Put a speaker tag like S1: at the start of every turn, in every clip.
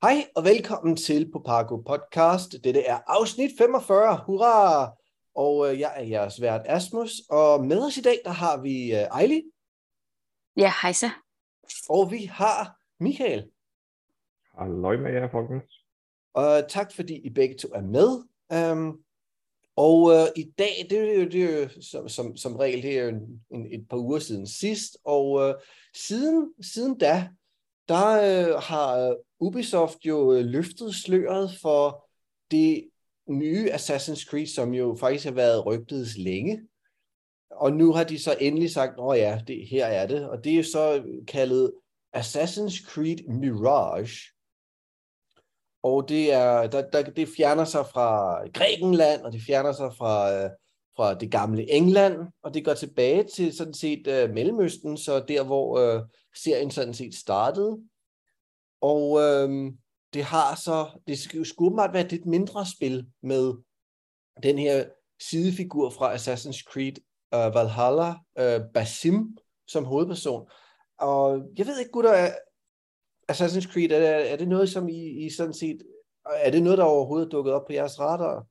S1: Hej og velkommen til Popago Podcast. Dette er afsnit 45. Hurra! Og jeg er jeres vært Asmus, og med os i dag, der har vi Ejli.
S2: Ja, hej så.
S1: Og vi har Michael.
S3: Halløj med jer, folkens.
S1: Og tak fordi I begge to er med. I dag, det er jo som regel, det er jo et par uger siden sidst, og siden da, der har Ubisoft jo løftet sløret for det nye Assassin's Creed, som jo faktisk har været rygtet længe. Og nu har de så endelig sagt, her er det. Og det er jo så kaldet Assassin's Creed Mirage. Og det fjerner sig fra Grækenland, og det fjerner sig fra det gamle England, og det går tilbage til sådan set Mellemøsten, så der hvor serien sådan set startede. Og det skulle meget være et lidt mindre spil med den her sidefigur fra Assassin's Creed Valhalla, Basim, som hovedperson. Og jeg ved ikke, gutter, Assassin's Creed, er det noget, som I sådan set, er det noget, der overhovedet er dukket op på jeres radar?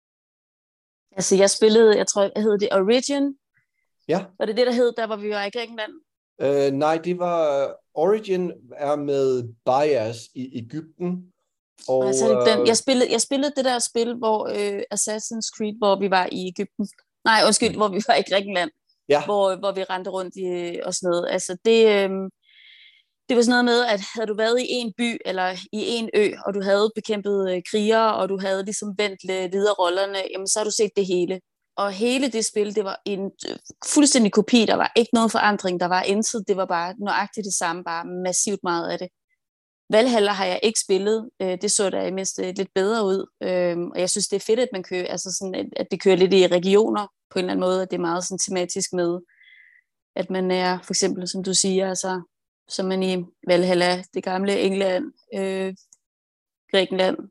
S2: Altså, jeg spillede, jeg tror, hed det Origin?
S1: Ja.
S2: Var det det, der hed, der hvor vi var i Grækenland?
S1: Nej, det var Origin er med Bias i Egypten. Og
S2: Jeg spillede det der spil, hvor Assassin's Creed, hvor vi var i Egypten. Nej, undskyld, hvor vi var i Grækenland.
S1: Ja.
S2: Hvor vi rendte rundt i og sådan noget. Altså, det var sådan noget med, at havde du været i en by eller i en ø, og du havde bekæmpet krigere, og du havde ligesom vendt lederrollerne, jamen så har du set det hele. Og hele det spil, det var en fuldstændig kopi, der var ikke noget forandring, der var intet, det var bare nøjagtigt det samme, bare massivt meget af det. Valhalla har jeg ikke spillet, det så da mindst lidt bedre ud, og jeg synes, det er fedt, at man kører, altså sådan, at det kører lidt i regioner på en eller anden måde, at det er meget sådan tematisk med, at man er, for eksempel, som du siger, altså, som man i Valhalla, det gamle England, Grækenland,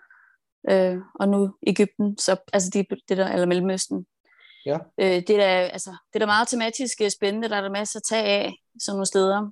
S2: og nu Egypten, så altså det der, eller Mellemøsten.
S1: Ja.
S2: Det er da meget tematisk spændende, der er der masser at tage af sådan nogle steder.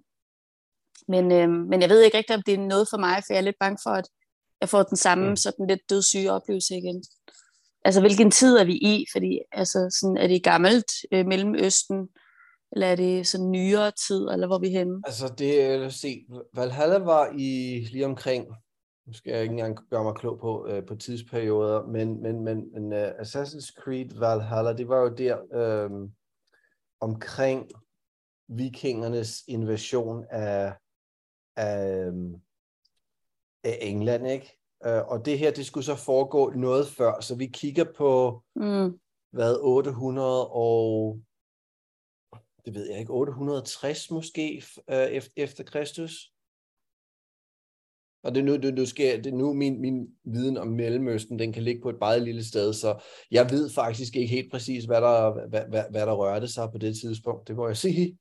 S2: Men jeg ved ikke rigtig, om det er noget for mig, for jeg er lidt bange for, at jeg får den samme sådan lidt dødssyge oplevelse igen. Altså, hvilken tid er vi i? Fordi, altså, sådan, er det gammelt Mellemøsten, eller er det sådan nyere tid, eller hvor er vi henne?
S1: Altså, Valhalla var i lige omkring, nu skal jeg ikke engang gøre mig klog på tidsperioder, men Assassin's Creed Valhalla, det var jo der omkring vikingernes invasion af England, ikke? Og det her, det skulle så foregå noget før, så vi kigger på, 800 og, det ved jeg ikke, 860 måske efter Kristus. Og det er nu min viden om Mellemøsten, den kan ligge på et meget lille sted, så jeg ved faktisk ikke helt præcis, hvad der rørte sig på det tidspunkt, det må jeg sige.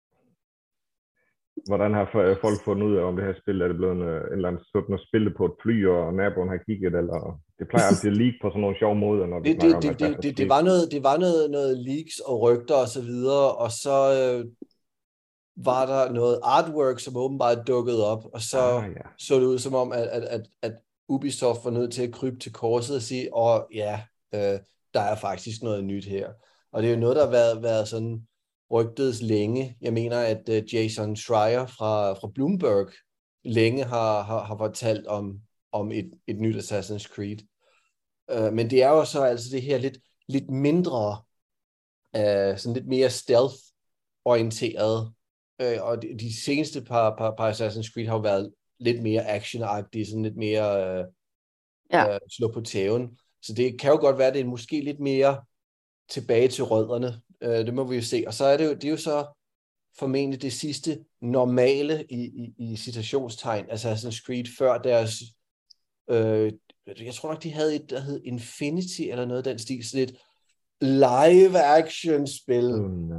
S3: Hvordan har folk fundet ud af, om det her spil er det blevet en eller anden sådan at spille på et fly, og naboen har kigget, eller det plejer altid at leak på sådan nogle sjove måder, når det snakker om
S1: det var noget leaks og rygter og så videre, og så var der noget artwork, som åbenbart dukkede op, og så så det ud som om, at Ubisoft var nødt til at krybe til korset og sige, der er faktisk noget nyt her. Og det er jo noget, der har været sådan rygtedes længe. Jeg mener, at Jason Schreier fra Bloomberg længe har fortalt om et nyt Assassin's Creed. Men det er jo så altså det her lidt mindre, sådan lidt mere stealth-orienteret. Og de seneste par Assassin's Creed har jo været lidt mere action-agtige, sådan lidt mere slå på tæven. Så det kan jo godt være, at det er måske lidt mere tilbage til rødderne. Det må vi jo se. Og så er det er jo så formentlig det sidste normale i citationstegn Assassin's Creed før deres jeg tror nok de havde et der hed Infinity eller noget af den stil, så lidt live action spil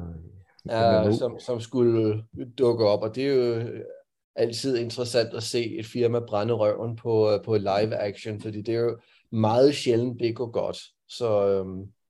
S1: som skulle dukke op, og det er jo altid interessant at se et firma brænde røven på live action, fordi det er jo meget sjældent det går godt. Så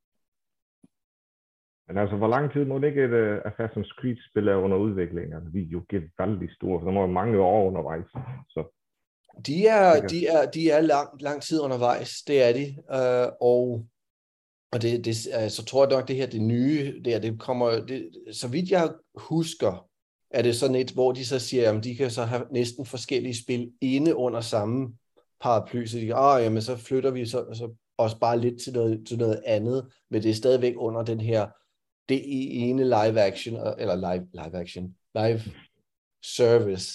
S3: men altså, hvor lang tid må det ikke et Assassin's Creed-spil er under udvikling? Altså, vi er jo gevaldigt store, så der må mange år undervejs. Så.
S1: De er lang tid undervejs, det er de, og så tror jeg nok, det her, det nye, det kommer, så vidt jeg husker, er det sådan et, hvor de så siger, at de kan så have næsten forskellige spil inde under samme paraply, så de jamen så flytter vi så også bare lidt til noget andet, men det er stadigvæk under den her, det ene live action, eller live service.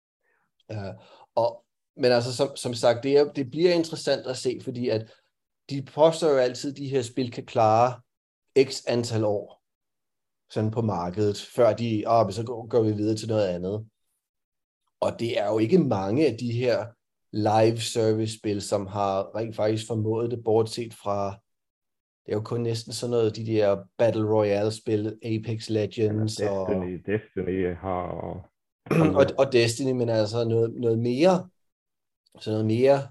S1: Men altså, som sagt, det bliver interessant at se, fordi at de påstår jo altid, at de her spil kan klare x antal år sådan på markedet, før så går vi videre til noget andet. Og det er jo ikke mange af de her live service spil, som har rent faktisk formået det, bortset fra, det er jo kun næsten sådan noget, de der Battle Royale spil, Apex Legends
S3: Destiny har
S1: og Destiny, men altså noget mere, så noget mere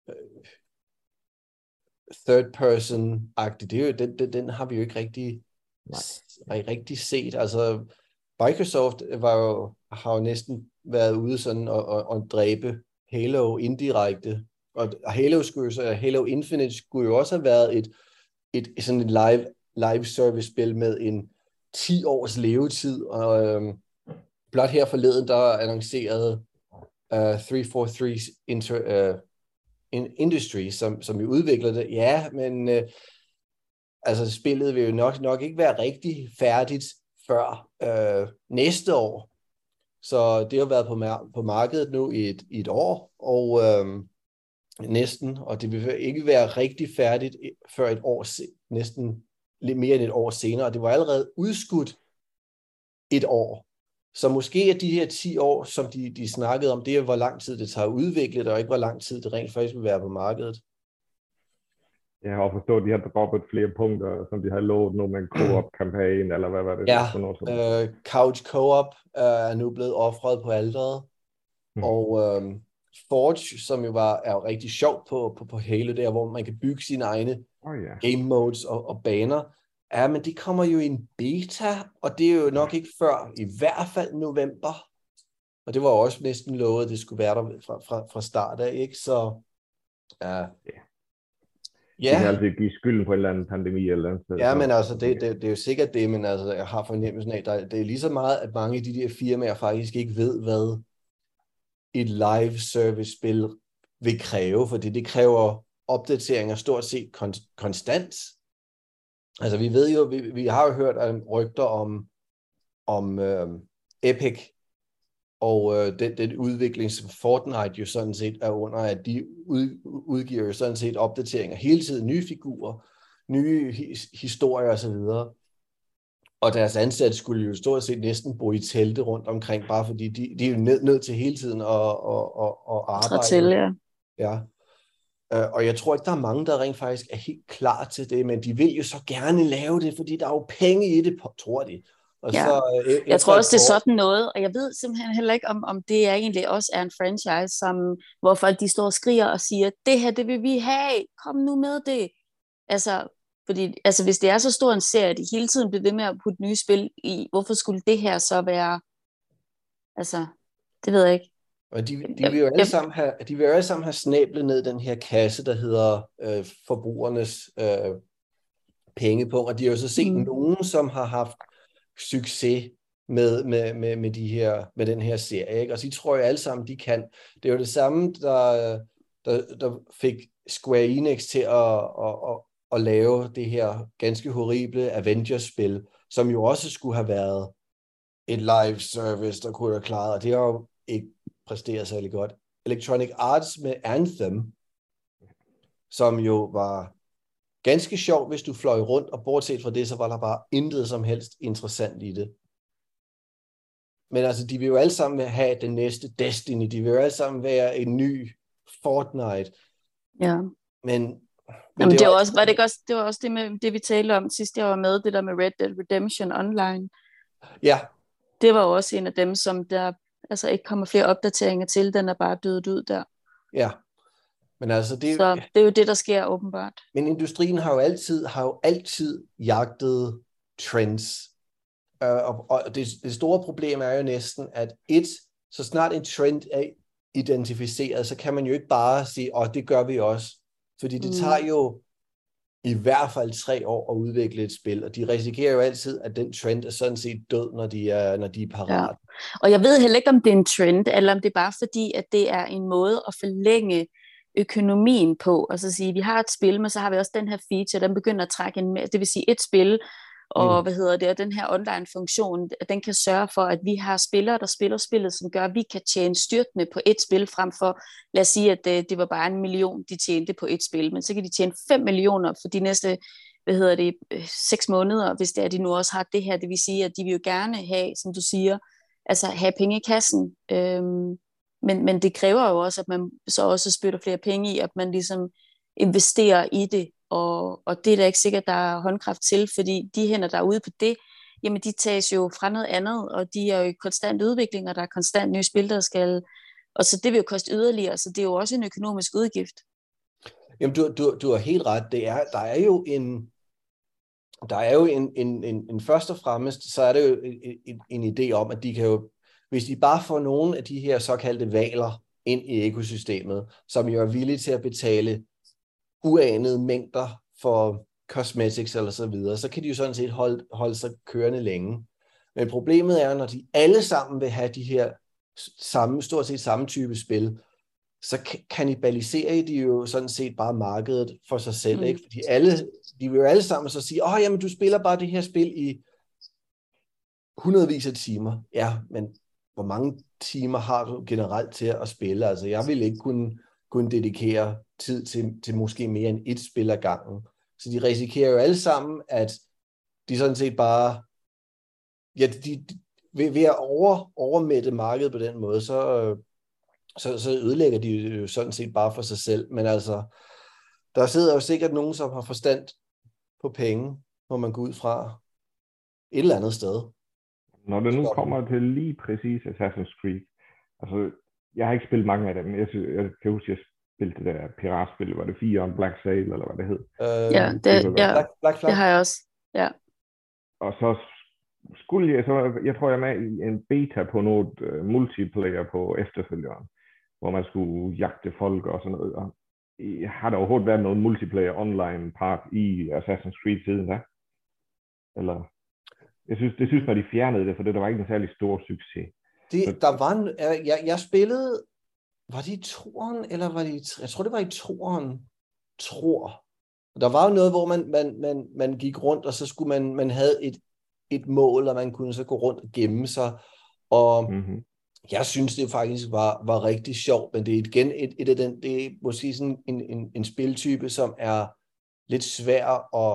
S1: third person-agtigt. Den har vi jo ikke rigtig set. Altså Microsoft har jo næsten været ude sådan og dræbe Halo indirekte. Og Halo Infinite skulle jo også have været et sådan et live service spil med en 10 års levetid, og blot her forleden, der annoncerede 343 Industry, som jo udvikler det. Ja, men altså spillet vil jo nok ikke være rigtig færdigt før næste år. Så det har været på markedet nu i et år, og næsten, og det vil ikke være rigtig færdigt før et år, næsten lidt mere end et år senere. Det var allerede udskudt et år. Så måske er de her 10 år, som de snakkede om, det er, hvor lang tid det tager at udvikle det, og ikke hvor lang tid det rent faktisk vil være på markedet.
S3: Jeg har forstået, at de har droppet flere punkter, som de har lovet nu med en co-op-kampagne, eller hvad var det?
S1: Ja, Couch Co-op er nu blevet offret på alteret, og Forge, som jo er jo rigtig sjovt på Halo, der hvor man kan bygge sine egne game modes og baner. Ja, men de kommer jo i en beta, og det er jo nok ikke før, i hvert fald november. Og det var også næsten lovet, at det skulle være der fra start af, ikke? Så,
S3: de kan altid give skylden på en eller anden pandemi eller andet sted.
S1: Ja, men altså, det er jo sikkert det, men altså, jeg har fornemmelsen af, at det er lige så meget, at mange af de der firmaer faktisk ikke ved, hvad et live service spil vil kræve, fordi det kræver opdateringer stort set konstant. Altså vi ved jo, vi har jo hørt rygter om Epic og den udvikling, som Fortnite jo sådan set er under, at de udgiver jo sådan set opdateringer hele tiden, nye figurer, nye historier osv. Og deres ansatte skulle jo stort set næsten bo i telte rundt omkring, bare fordi de er jo nødt til hele tiden at arbejde.
S2: Til,
S1: ja. Og jeg tror ikke, der er mange, der rent faktisk er helt klar til det, men de vil jo så gerne lave det, fordi der er jo penge i det, tror de. Og
S2: ja.
S1: så,
S2: jeg tror også, det er sådan noget, og jeg ved simpelthen heller ikke, om det er egentlig også er en franchise, hvor folk de står og skriger og siger, det her, det vil vi have, kom nu med det. Fordi hvis det er så stor en serie, at de hele tiden bliver ved med at putte nye spil i, hvorfor skulle det her så være, det ved jeg ikke.
S1: Og de vil jo alle sammen have snablet ned den her kasse, der hedder forbrugernes pengepunkt, og de har jo så set nogen, som har haft succes med den her serie, ikke? Og så tror jeg alle sammen, de kan. Det er jo det samme, der fik Square Enix til at lave det her ganske horrible Avengers-spil, som jo også skulle have været et live service, der kunne have klaret, og det har jo ikke præsteret særlig godt. Electronic Arts med Anthem, som jo var ganske sjovt, hvis du fløj rundt, og bortset fra det, så var der bare intet som helst interessant i det. Men altså, de vil jo alle sammen have den næste Destiny, de vil jo alle sammen være en ny Fortnite.
S2: Ja.
S1: Men
S2: det var også det med det, vi talte om sidst jeg var med, det der med Red Dead Redemption Online.
S1: Ja.
S2: Det var jo også en af dem, som der ikke kommer flere opdateringer til, den er bare dødet ud der.
S1: Ja. Men altså,
S2: så det er jo det, der sker åbenbart.
S1: Men industrien har jo altid jagtet trends. Og det store problem er jo næsten, at så snart en trend identificeret, så kan man jo ikke bare sige, det gør vi også. Fordi det tager jo i hvert fald 3 år at udvikle et spil, og de risikerer jo altid, at den trend er sådan set død, når de er parat.
S2: Ja. Og jeg ved heller ikke, om det er en trend, eller om det er bare fordi, at det er en måde at forlænge økonomien på, og så sige, vi har et spil, men så har vi også den her feature, den begynder at trække en mere, det vil sige et spil, og og den her online-funktion, den kan sørge for, at vi har spillere, der spiller spillet, som gør, at vi kan tjene styrtende på et spil, frem for, lad os sige, at det var bare 1 million, de tjente på et spil, men så kan de tjene 5 millioner for de næste, 6 måneder, hvis det er, de nu også har det her, det vil sige, at de vil jo gerne have, som du siger, altså have penge i kassen, men det kræver jo også, at man så også spytter flere penge i, at man ligesom investerer i det, og det er da ikke sikkert, der er håndkraft til, fordi de hænder, der er ude på det, jamen de tages jo fra noget andet, og de er jo i konstant udvikling, og der er konstant nye spil, der skal, og så det vil jo koste yderligere, så det er jo også en økonomisk udgift.
S1: Jamen du har helt ret, der er jo en først og fremmest, så er det jo en idé om, at de kan jo, hvis de bare får nogle af de her såkaldte hvaler ind i økosystemet, som jo er villige til at betale uanede mængder for cosmetics eller så videre, så kan de jo sådan set holde sig kørende længe. Men problemet er, når de alle sammen vil have de her stort set samme type spil, så kannibaliserer de jo sådan set bare markedet for sig selv, ikke? Fordi de vil jo alle sammen så sige, jamen du spiller bare det her spil i hundredvis af timer. Ja, men hvor mange timer har du generelt til at spille? Altså jeg vil ikke kunne dedikere tid til måske mere end et spil ad gangen. Så de risikerer jo alle sammen, at de sådan set bare, ved at overmætte markedet på den måde, så ødelægger de jo sådan set bare for sig selv. Men altså, der sidder jo sikkert nogen, som har forstand på penge, hvor man går ud fra et eller andet sted.
S3: Når det nu kommer til lige præcis Assassin's Creed, altså, jeg har ikke spillet mange af dem. Jeg kan huske, at jeg spillede det der piratspil, var det 4 om Black Sail, eller hvad det hed?
S1: Black Flag.
S2: Det har jeg også, ja.
S3: Og så skulle jeg tror jeg er med i en beta på noget multiplayer på efterfølgeren, hvor man skulle jagte folk og sådan noget. Og har der overhovedet været noget multiplayer online part i Assassin's Creed siden da? Eller... Det synes man, de fjernede det, for det der var ikke en særlig stor succes.
S1: Jeg spillede, var det i toeren, eller var det jeg tror det var i toeren, Der var jo noget, hvor man gik rundt, og så skulle man havde et mål, og man kunne så gå rundt og gemme sig, og jeg synes, det faktisk var rigtig sjovt, men det er igen det er måske sådan en spiltype, som er lidt svær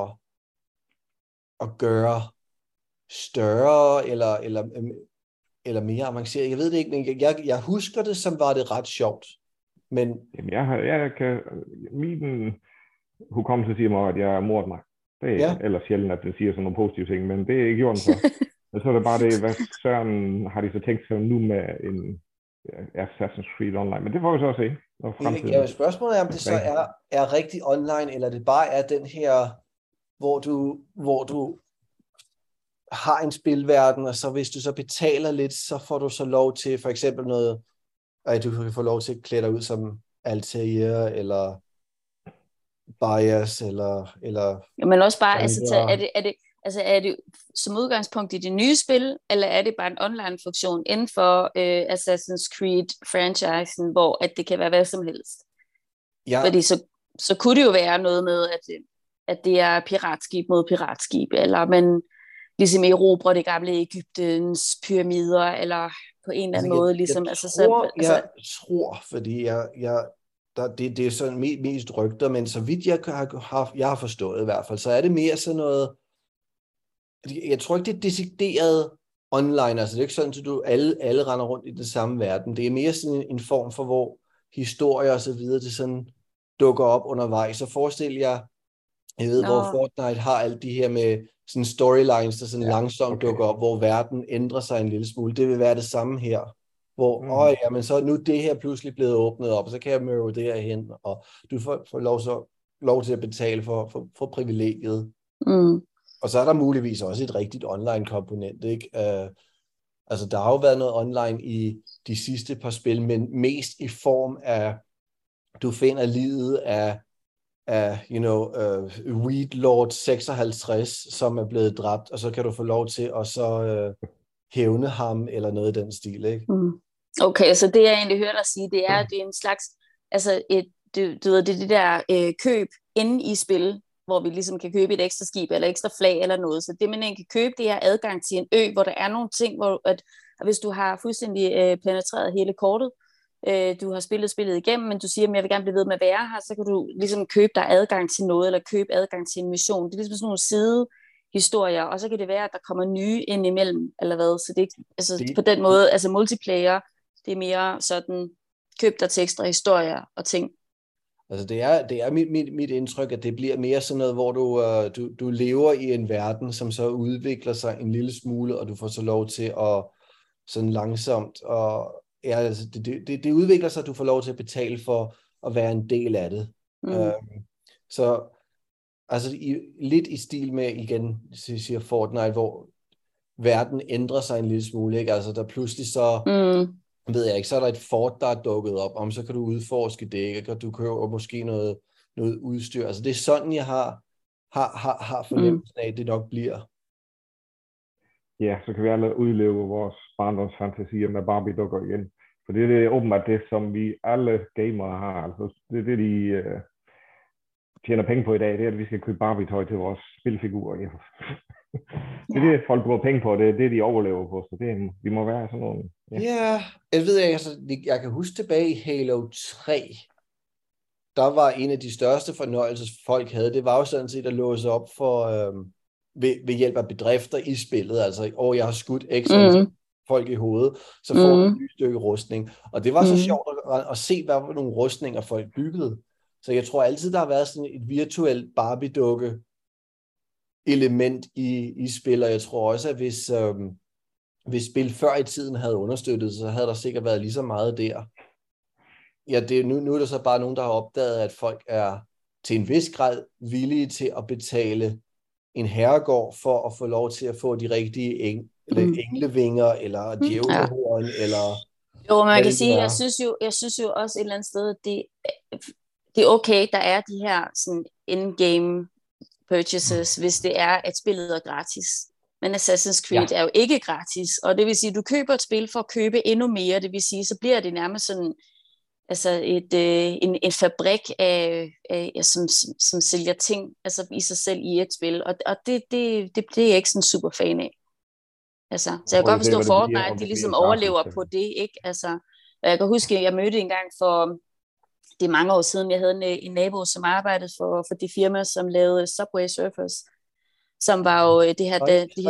S1: at gøre større eller mere avanceret. Jeg ved det ikke, men jeg husker det, som var det ret sjovt. Men
S3: jamen, jeg kan min hukommelse siger mig, at jeg mordet mig. Det er ellers sjældent, at den siger sådan nogle positive ting, men det er ikke gjort så. Og så er det bare det, hvad søren har de så tænkt sig nu med en Assassin's Creed Online, men det får vi så at se.
S1: Ja, spørgsmålet er, om det så er rigtig online, eller det bare er den her, hvor du har en spilverden, og så hvis du så betaler lidt, så får du så lov til for eksempel noget, at du kan få lov til at klæde dig ud som Altair, eller Bias, eller
S2: ja, men også bare, er det som udgangspunkt i det nye spil, eller er det bare en online-funktion inden for Assassin's Creed-franchisen, hvor at det kan være hvad som helst? Ja. Fordi så kunne det jo være noget med, at det er piratskib mod piratskib, eller man ligesom erobrer det gamle Egyptens pyramider, eller på en eller anden måde. Ligesom,
S1: jeg tror, fordi det er sådan mest rygter, men så vidt jeg har forstået i hvert fald, så er det mere sådan noget, jeg tror ikke, det er decideret online, altså det er ikke sådan, at du alle render rundt i den samme verden. Det er mere sådan en form for, hvor historier og så videre, det sådan dukker op undervejs. Så forestil jeg ved, hvor Fortnite har alt de her med sådan storylines, der sådan langsomt dukker op, hvor verden ændrer sig en lille smule. Det vil være det samme her, hvor, men så er nu det her pludselig blevet åbnet op, og så kan jeg møde det her hen, og du får lov til at betale for privilegiet. Og så er der muligvis også et rigtigt online-komponent, ikke? Altså, der har jo været noget online i de sidste par spil, men mest i form af, du finder livet af Weed Lord 56, som er blevet dræbt, og så kan du få lov til at så hævne ham, eller noget i den stil, ikke?
S2: Okay, så det jeg egentlig hørte dig sige, det er en slags, altså du ved, det der køb inde i spil, hvor vi ligesom kan købe et ekstra skib, eller ekstra flag, eller noget. Så det, man egentlig kan købe, det er adgang til en ø, hvor der er nogle ting, hvor at hvis du har fuldstændig penetreret hele kortet, du har spillet igennem, men du siger, at jeg vil gerne blive ved med at være her, så kan du ligesom købe dig adgang til noget, eller købe adgang til en mission. Det er ligesom sådan nogle sidehistorier, og så kan det være, at der kommer nye ind imellem, eller hvad. Så det på den måde, altså multiplayer, det er mere sådan, køb dig til ekstra historier og ting.
S1: Altså det er mit indtryk, at det bliver mere sådan noget, hvor du lever i en verden, som så udvikler sig en lille smule, og du får så lov til at sådan langsomt, og ja, altså det udvikler sig, at du får lov til at betale for at være en del af det. Så altså lidt i stil med, igen, siger Fortnite, hvor verden ændrer sig en lille smule, ikke? Altså der pludselig så, ved jeg ikke, så er der et fort, der er dukket op, om så kan du udforske det, ikke? Og du køber måske noget udstyr. Altså det er sådan, jeg har fornemmelsen af, at det nok bliver.
S3: Ja, så kan vi alle udleve vores barndomsfantasier med Barbie-dukker igen. For det er åbenbart det, som vi alle gamere har. Altså, det er det, de tjener penge på i dag, det er, at vi skal købe Barbie-tøj til vores spilfigurer. Ja. Det er det, folk bruger penge på, det er det, de overlever på. Så det, vi må være sådan nogle...
S1: Ja, jeg ved ikke, altså, jeg kan huske tilbage i Halo 3, der var en af de største fornøjelser, folk havde, det var jo sådan set at låse op for... ved hjælp af bedrifter i spillet, altså, jeg har skudt folk i hovedet, så får du et nyt stykke rustning. Og det var så sjovt at se, hvad for nogle rustninger folk byggede. Så jeg tror altid, der har været sådan et virtuelt Barbie-dukke element i spil, og jeg tror også, at hvis spil før i tiden havde understøttet, så havde der sikkert været lige så meget der. Ja, nu er der så bare nogen, der har opdaget, at folk er til en vis grad villige til at betale en herregård for at få lov til at få de rigtige englevinger, eller djævlehorn, eller...
S2: Jo, man kan sige, jeg synes jo også et eller andet sted, at det er okay, der er de her sådan in-game purchases, hvis det er, at spillet er gratis. Men Assassin's Creed er jo ikke gratis, og det vil sige, at du køber et spil for at købe endnu mere, det vil sige, så bliver det nærmest sådan, altså en fabrik af som sælger ting altså i sig selv i et spil, og det er jeg ikke sådan super fan af. Altså, så jeg kan godt forstå, Fortnite, de ligesom overlever på det, ikke? Altså, og jeg kan huske, at jeg mødte en gang for, det er mange år siden, jeg havde en nabo, som arbejdede for det firma, som lavede Subway Surfers, som var jo det her...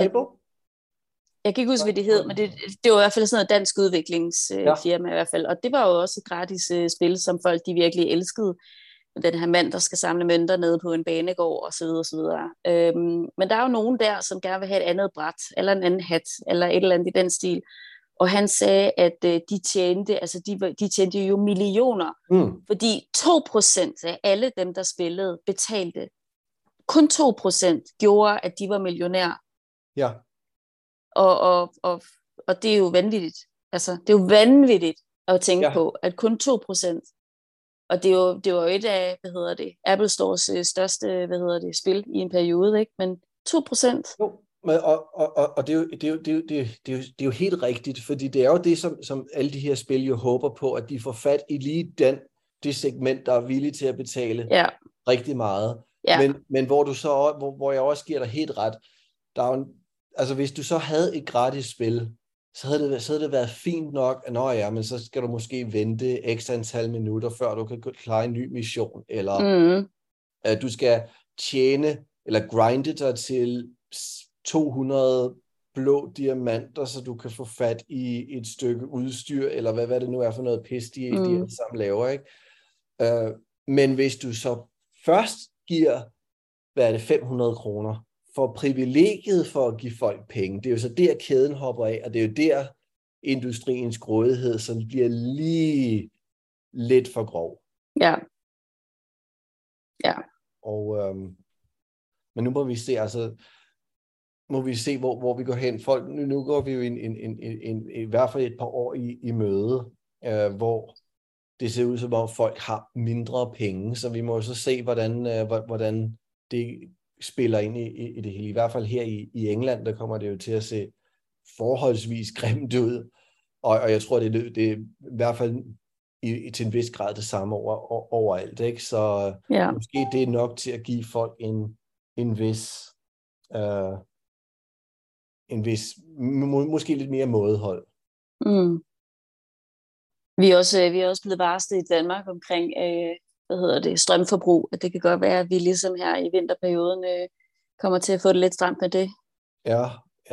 S2: Jeg kan ikke huske, hvad det hed, men det var i hvert fald sådan noget dansk udviklingsfirma i hvert fald, og det var jo også et gratis spil, som folk de virkelig elskede. Den her mand, der skal samle mønter nede på en banegård, og så videre, og så videre. Men der er jo nogen der, som gerne vil have et andet bræt, eller en anden hat, eller et eller andet i den stil. Og han sagde, at de tjente jo millioner, fordi 2% af alle dem, der spillede, betalte. Kun 2% gjorde, at de var millionærer. Ja. Og det er jo vanvittigt. Altså, det er jo vanvittigt at tænke på, at kun 2%. Og det var jo et af, Apple Stores største, spil i en periode, ikke? Men 2%.
S1: Jo, og det er jo helt rigtigt, fordi det er jo det, som alle de her spil jo håber på, at de får fat i lige det segment, der er villige til at betale rigtig meget. Ja. Men hvor jeg også giver dig helt ret, der er jo altså hvis du så havde et gratis spil, så havde det været fint nok, at men så skal du måske vente x antal minutter, før du kan klare en ny mission, eller du skal tjene, eller grinde dig til 200 blå diamanter, så du kan få fat i et stykke udstyr, eller hvad det nu er for noget pis, de alle sammen laver, ikke? Men hvis du så først giver, 500 kroner, for privilegiet for at give folk penge. Det er jo så der, kæden hopper af, og det er jo der, industriens grådighed, som bliver lige lidt for grov.
S2: Ja. Ja.
S1: Og, men nu må vi se, altså, må vi se, hvor vi går hen. Folk, nu går vi jo i hvert fald et par år i møde, hvor det ser ud som om folk har mindre penge, så vi må jo så se, hvordan det spiller ind i det hele. I hvert fald her i England, der kommer det jo til at se forholdsvis grimt ud, og jeg tror, det er i hvert fald til en vis grad det samme overalt, ikke? Så måske det er nok til at give folk en vis måske lidt mere mådehold.
S2: Mm. Vi er også blevet varslet i Danmark omkring strømforbrug, at det kan godt være, at vi ligesom her i vinterperioden kommer til at få det lidt stramt med det.
S1: Ja,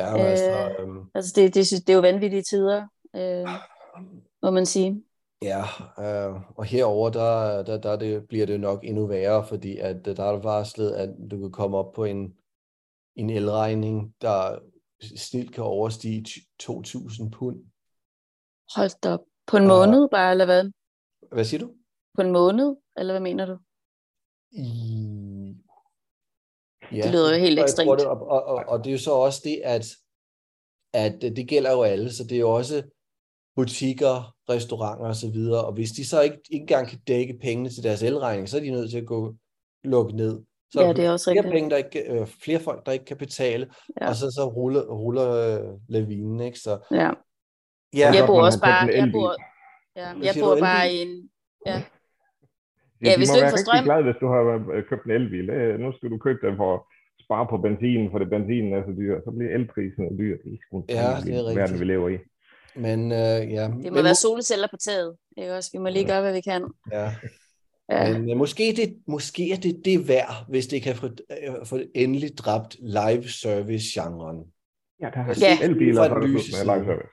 S2: det er jo vanvittige tider, må man sige.
S1: Ja, og herover bliver det nok endnu værre, fordi at der er varslet, at du kan komme op på en elregning, der snilt kan overstige 2.000 pund.
S2: Hold da op. På en måned bare, eller hvad?
S1: Hvad siger du?
S2: På en måned, eller hvad mener du?
S1: Ja,
S2: det lyder jo helt ekstremt.
S1: Og det er jo så også det, at det gælder jo alle, så det er jo også butikker, restauranter og så videre, og hvis de så ikke engang kan dække pengene til deres elregning, så er de nødt til at lukke ned. Så
S2: ja, det er også
S1: rigtigt. Flere folk, der ikke kan betale, og så ruller lavinen, ikke? Så
S2: ja. Jeg bor også bare jeg bor bare i en
S3: hvis du må være rigtig glad, hvis du har købt en elbil. Nu skal du købe den for at spare på benzinen, for det benzinen er så dyr. Så bliver elprisen dyr. Det er rigtigt. Verden, vi lever i.
S1: Men
S2: det må være solceller på taget. Ikke også? Vi må lige gøre, hvad vi kan.
S1: Ja. Men måske er det værd, hvis det kan få endelig dræbt live service-genren.
S3: Ja, der er elbiler, der er live service.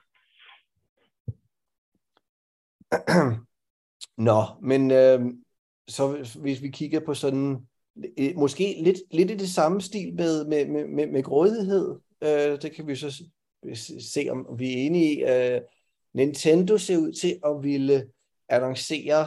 S1: Nå, men så hvis vi kigger på sådan måske lidt i det samme stil med grådighed, det kan vi så se, om vi er enige i. Nintendo ser ud til at ville annoncere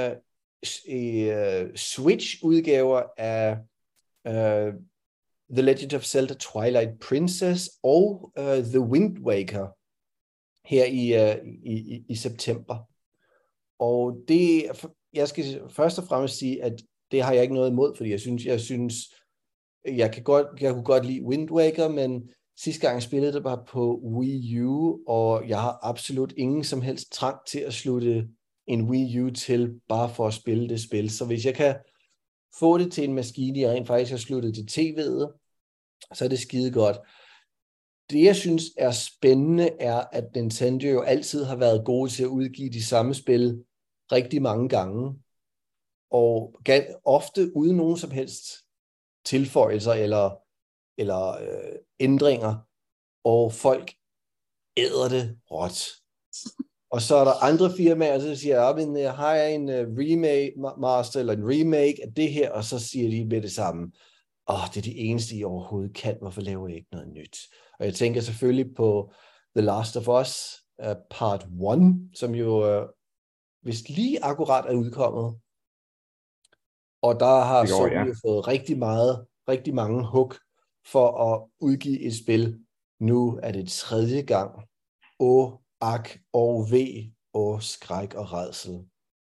S1: Switch-udgaver af The Legend of Zelda Twilight Princess og The Wind Waker her i september. Og det, jeg skal først og fremmest sige, at det har jeg ikke noget imod, fordi jeg kunne godt lide Wind Waker, men sidste gang jeg spillede det bare på Wii U, og jeg har absolut ingen som helst trang til at slutte en Wii U til, bare for at spille det spil. Så hvis jeg kan få det til en maskine, jeg rent faktisk har sluttet til tv'et, så er det skide godt. Det, jeg synes er spændende, er, at Nintendo jo altid har været gode til at udgive de samme spil rigtig mange gange, og ofte uden nogen som helst tilføjelser eller ændringer, og folk æder det råt. Og så er der andre firmaer, der siger, men jeg har en remaster eller en remake af det her, og så siger de med det samme, det er det eneste, I overhovedet kan, hvorfor laver I ikke noget nyt? Og jeg tænker selvfølgelig på The Last of Us Part 1, som jo vist lige akkurat er udkommet. Og der har Sony fået rigtig mange hug for at udgive et spil. Nu er det 3. gang. Ak og skræk og rædsel.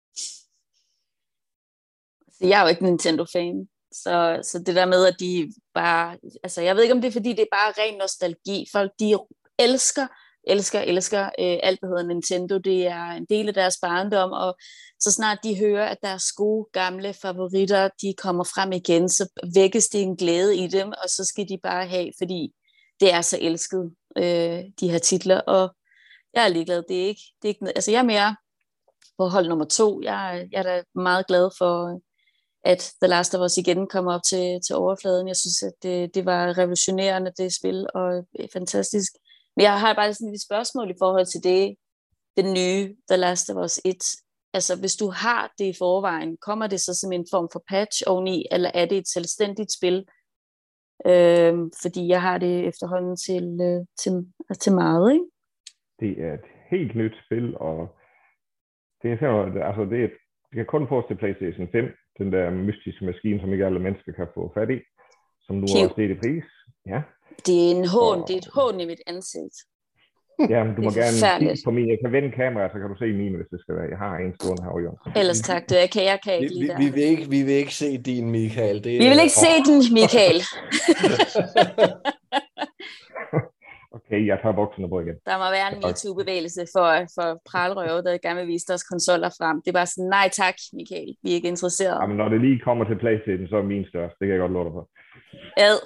S2: Jeg er jo ikke Nintendo-fan, så det der med, at de bare, altså jeg ved ikke, om det er, fordi det er bare ren nostalgi. Folk, de elsker alt, hvad hedder Nintendo. Det er en del af deres barndom, og så snart de hører, at deres gode, gamle favoritter, de kommer frem igen, så vækkes det en glæde i dem, og så skal de bare have, fordi det er så elsket, de her titler, og jeg er ligeglad. Det er ikke altså jeg er mere på hold nummer 2. Jeg er da meget glad for, at The Last of Us igen kommer op til overfladen. Jeg synes, at det var revolutionerende, det spil, og fantastisk. Men jeg har bare sådan et spørgsmål i forhold til den nye The Last of Us 1. Altså, hvis du har det i forvejen, kommer det så som en form for patch oveni, eller er det et selvstændigt spil? Fordi jeg har det efterhånden til meget, ikke?
S3: Det er et helt nyt spil, og det er sådan, altså det kan kun fås til PlayStation 5, den der mystiske maskine, som ikke alle mennesker kan få fat i. som nu er steget i pris. Ja.
S2: Det er en hån, det er et hån i mit ansigt.
S3: Ja, men du må gerne kigge på min. Jeg kan vende kameraet, så kan du se min, hvis det skal være. Jeg har en stående her i hjørnet.
S2: Ellers tak, jeg kan ikke lide det.
S1: Vi vil ikke se din, Michael.
S2: Vi vil ikke se den, Michael.
S3: Okay, jeg tager bukserne på igen.
S2: Der må være en MeToo-bevægelse for pralrøve, der gerne vil vise deres konsoller frem. Det er bare sådan, nej tak, Michael, vi er ikke interesserede.
S3: Jamen, når det lige kommer til PlayStation, så er min største. Det kan jeg godt love dig på.
S2: Ad.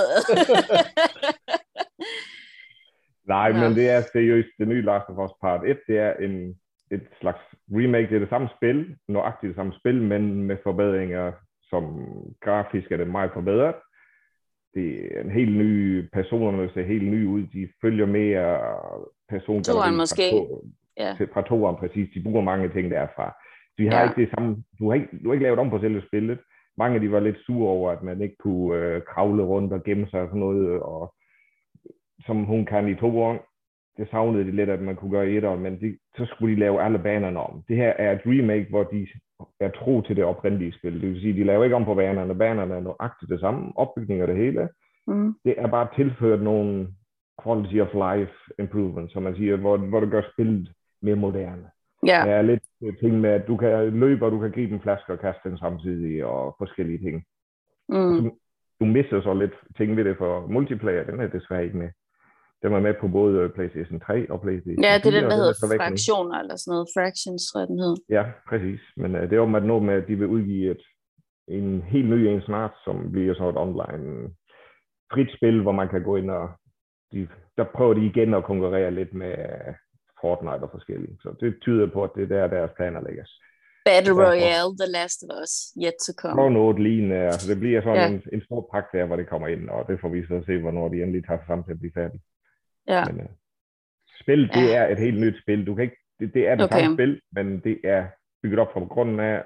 S3: Nej, men det er seriøst. Det nye Last of Us Part 1, det er et slags remake. Det er det samme spil, nøjagtigt det samme spil, men med forbedringer, som grafisk er det meget forbedret. Det er en helt ny, personerne ser helt nye ud. De følger mere
S2: toeren måske.
S3: Fra toeren præcis. De bruger mange ting derfra. De har ikke det samme. Du har ikke lavet om på selve spillet. Mange de var lidt sure over, at man ikke kunne kravle rundt og gemme sig og sådan noget, og som hun kan i toeren. Det savnede de lidt, at man kunne gøre i etteren, men så skulle de lave alle banerne om. Det her er et remake, hvor de er tro til det oprindelige spil. Det vil sige, de laver ikke om på banerne. Banerne er nøjagtigt det samme. Opbygning af det hele. Det er bare tilført nogle quality of life improvements, som man siger, hvor det gør spillet mere moderne.
S2: Yeah.
S3: Der er lidt ting med, at du kan løbe, og du kan gribe en flaske og kaste den samtidig, og forskellige ting. Du misser så lidt ting ved det for multiplayer. Den er desværre ikke med. Den var med på både PlayStation 3 og PlayStation 4.
S2: Ja, det er den, der hedder fraktioner eller sådan noget. Fractions, tror jeg, den hedder.
S3: Ja, præcis. Men det er jo noget med, at de vil udgive en helt ny en snart, som bliver så et online frit spil, hvor man kan gå ind og der prøver de igen at konkurrere lidt med Fortnite og forskellige. Så det tyder på, at det er der, deres planer ligger.
S2: Battle Royale, The Last of Us, yet to come.
S3: Og noget lignende. Altså, det bliver sådan en stor pakke der, hvor det kommer ind, og det får vi så se, hvornår de endelig tager sig sammen til at blive færdige.
S2: Ja.
S3: Men spil, det er et helt nyt spil. Du kan ikke, det er det samme spil, men det er bygget op fra grunden af,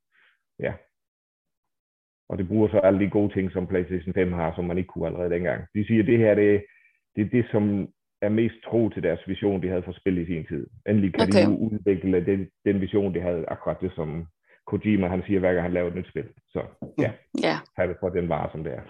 S3: og det bruger så alle de gode ting, som PlayStation 5 har, som man ikke kunne allerede dengang. De siger, at det her, det er det, som er mest tro til deres vision, de havde for spil i sin tid. Endelig kan de nu udvikle den vision, de havde, akkurat det, som Kojima, han siger, hver gang han laver et nyt spil. Så have det for den vare, som det er.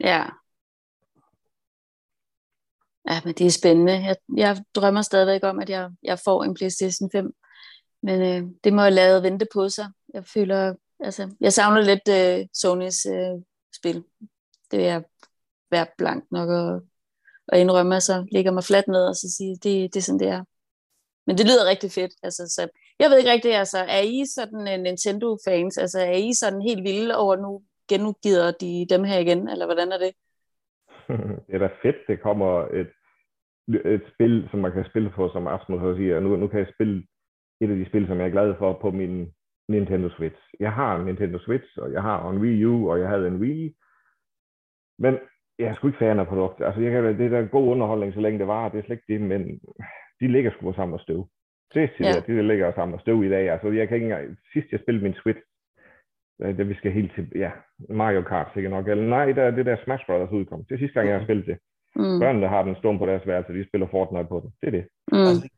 S2: Ja, men det er spændende. Jeg drømmer stadigvæk om, at jeg får en PlayStation 5. Men det må jeg lade vente på sig. Jeg føler, jeg savner lidt Sonys spil. Det vil jeg være blank nok at indrømme, så ligger mig fladt ned og så sige, det er sådan, det er. Men det lyder rigtig fedt. Så jeg ved ikke rigtigt, er I sådan Nintendo-fans? Altså, er I sådan helt vilde over, nu genudgiver de dem her igen, eller hvordan er det?
S3: Det er da fedt, det kommer et spil, som man kan spille på, som Asmus også siger. Nu kan jeg spille et af de spil, som jeg er glad for på min Nintendo Switch. Jeg har en Nintendo Switch, og jeg har en Wii U, og jeg havde en Wii. Men jeg er sgu ikke fan af produkter. Altså, det er god underholdning, så længe det var. Det er slet ikke det, men de ligger sgu sammen og støv. Det siger de ligger sammen og støv i dag. Altså, jeg kan ikke engang... Sidst jeg spillede min Switch, det vi skal helt til... Ja, Mario Kart sikkert nok. Eller nej, det der Smash Brothers udkom. Det er sidste gang, jeg har spillet det. Børnene har den stående på deres værelse, de spiller Fortnite på den. Det er det.
S1: Altså,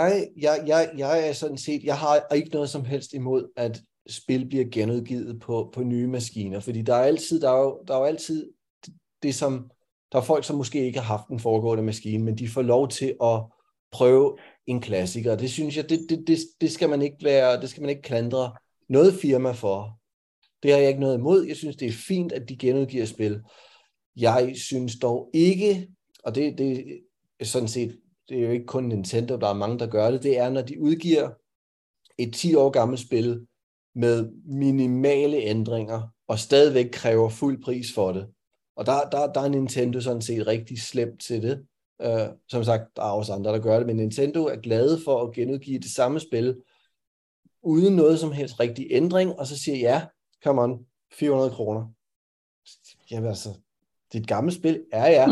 S1: jeg er sådan set... Jeg har ikke noget som helst imod, at spil bliver genudgivet på nye maskiner. Fordi der er jo altid det, som... Der er folk, som måske ikke har haft en foregående maskine, men de får lov til at prøve en klassiker. Det synes jeg, det skal man ikke klandre noget firma for. Det har jeg ikke noget imod. Jeg synes, det er fint, at de genudgiver spil. Jeg synes dog ikke, og det er sådan set, det er jo ikke kun Nintendo, der er mange, der gør det, det er, når de udgiver et 10 år gammelt spil med minimale ændringer, og stadigvæk kræver fuld pris for det. Og der er Nintendo sådan set rigtig slemt til det. Som sagt, der er også andre, der gør det, men Nintendo er glade for at genudgive det samme spil, uden noget som helst rigtig ændring, og så siger come on, 400 kroner. Jamen altså, det er et gammelt spil.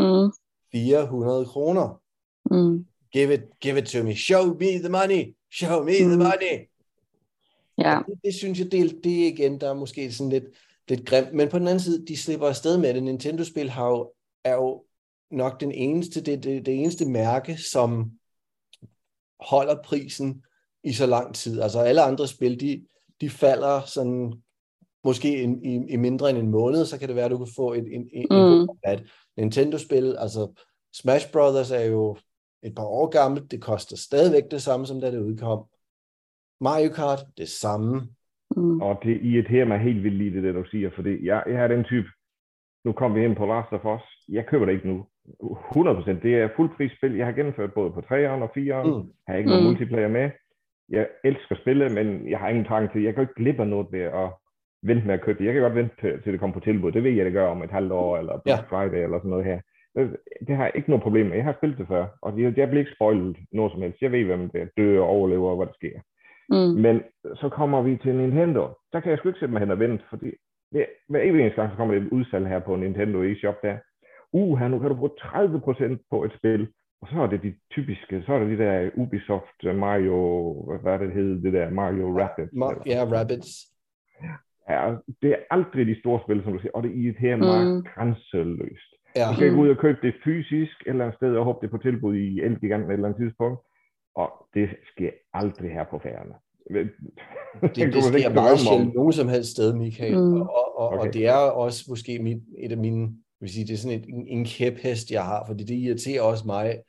S1: 400 kroner. Give it to me. Show me the money. Show me the money.
S2: Ja.
S1: Det synes jeg, det igen, der er måske sådan lidt grimt. Men på den anden side, de slipper afsted med det. Nintendo-spil er jo nok det eneste mærke, som holder prisen i så lang tid. Altså alle andre spil, de falder sådan måske i mindre end en måned, så kan det være, at du kan få en god rabat. Nintendo-spil, altså Smash Brothers er jo et par år gammelt, det koster stadigvæk det samme, som da det udkom. Mario Kart, det samme.
S3: Og det irriterer mig helt vildt lige det du siger, fordi jeg har den type, nu kommer vi ind på Last of Us, jeg køber det ikke nu. 100%, det er fuldprisspil, jeg har gennemført både på 3'eren og 4'eren, har ikke noget multiplayer med. Jeg elsker spillet, men jeg har ingen trang til, jeg kan ikke glip af noget ved at vente med at købe det. Jeg kan godt vente til det kommer på tilbud, det ved jeg, det gør om et halvt år, eller Black Friday, eller sådan noget her. Det har jeg ikke noget problem med, jeg har spillet det før, og jeg bliver ikke spoilet noget som helst. Jeg ved, hvem det dør og overlever, og hvad der sker. Men så kommer vi til Nintendo, så kan jeg sgu ikke sætte mig hen og vente, fordi hver eneste gang, så kommer det et udsalg her på Nintendo eShop der. Her nu kan du bruge 30% på et spil, og så er det de typiske, så er det de der Ubisoft Mario, hvad det hedder, det der Mario Rabbids.
S1: Rabbids.
S3: Ja, det er aldrig de store spil, som du siger, og det irriterer mig grænseløst.
S1: Ja.
S3: Du skal gå ud og købe det fysisk et eller andet sted, og håbe det på tilbud i Elgiganten et eller andet tidspunkt, og det sker aldrig her på Færøerne.
S1: Det sker meget sjældent nogen som helst sted, Michael. Og det er også måske et af mine, vil sige, det er sådan en kæphest, jeg har, fordi det irriterer også mig.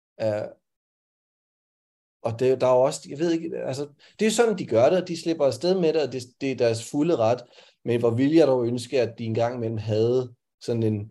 S1: Og der er også, jeg ved ikke, altså, det er sådan, de gør det, og de slipper afsted med det, og det er deres fulde ret. Men hvor ville jeg dog ønske, at de engang imellem havde sådan en,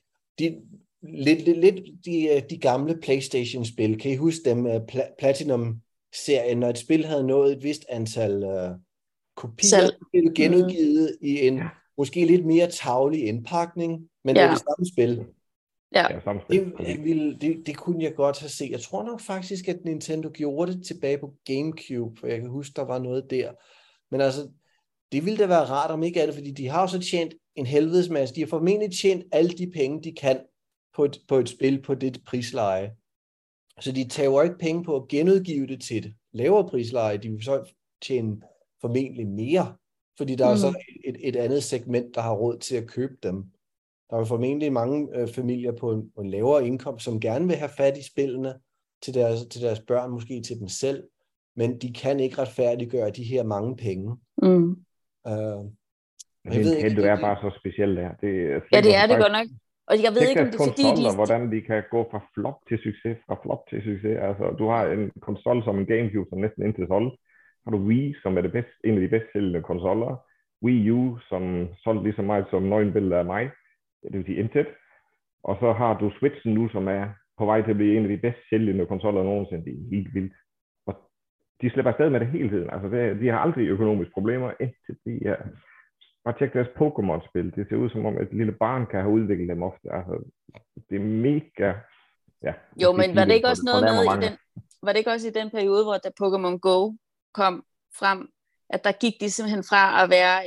S1: de gamle PlayStation-spil, kan I huske dem, Platinum-serien, når et spil havde nået et vist antal kopier, så blev det genudgivet i en måske lidt mere tarvelig indpakning, men det er det samme spil.
S2: Ja.
S1: Det kunne jeg godt have set. Jeg tror nok faktisk, at Nintendo gjorde det tilbage på GameCube, for jeg kan huske, der var noget der. Men altså, det ville da være rart om ikke andet, fordi de har jo så tjent en helvedes masse. De har formentlig tjent alle de penge, de kan på et spil på det prisleje. Så de tager ikke penge på at genudgive det til et lavere prisleje. De vil så tjene formentlig mere, fordi der er så et andet segment, der har råd til at købe dem. Der er jo formentlig mange familier på en lavere indkomst, som gerne vil have fat i spillene til deres børn, måske til dem selv, men de kan ikke retfærdiggøre de her mange penge.
S3: Nintendo er bare så specielt der.
S2: Det er det godt nok. Og jeg ved ikke, om det er fordi
S3: hvordan de kan gå fra flop til succes. Altså, du har en konsol som en GameCube, som næsten ikke er solgt. Har du Wii, som er en af de bedst sælgende konsoller. Wii U, som solgt lige så meget som nøgenbilleder af mig. Det vil sige intet. Og så har du Switchen nu, som er på vej til at blive en af de bedst sælgende konsoller nogensinde. Det er helt vildt. Og de slipper afsted med det hele tiden. Altså, de har aldrig økonomiske problemer, indtil de er... Bare tjek deres Pokémon-spil. Det ser ud som om, et lille barn kan have udviklet dem ofte. Altså, det er mega... Ja,
S2: jo, men var det ikke også noget med var det ikke også i den periode, hvor da Pokémon Go kom frem, at der gik de simpelthen fra at være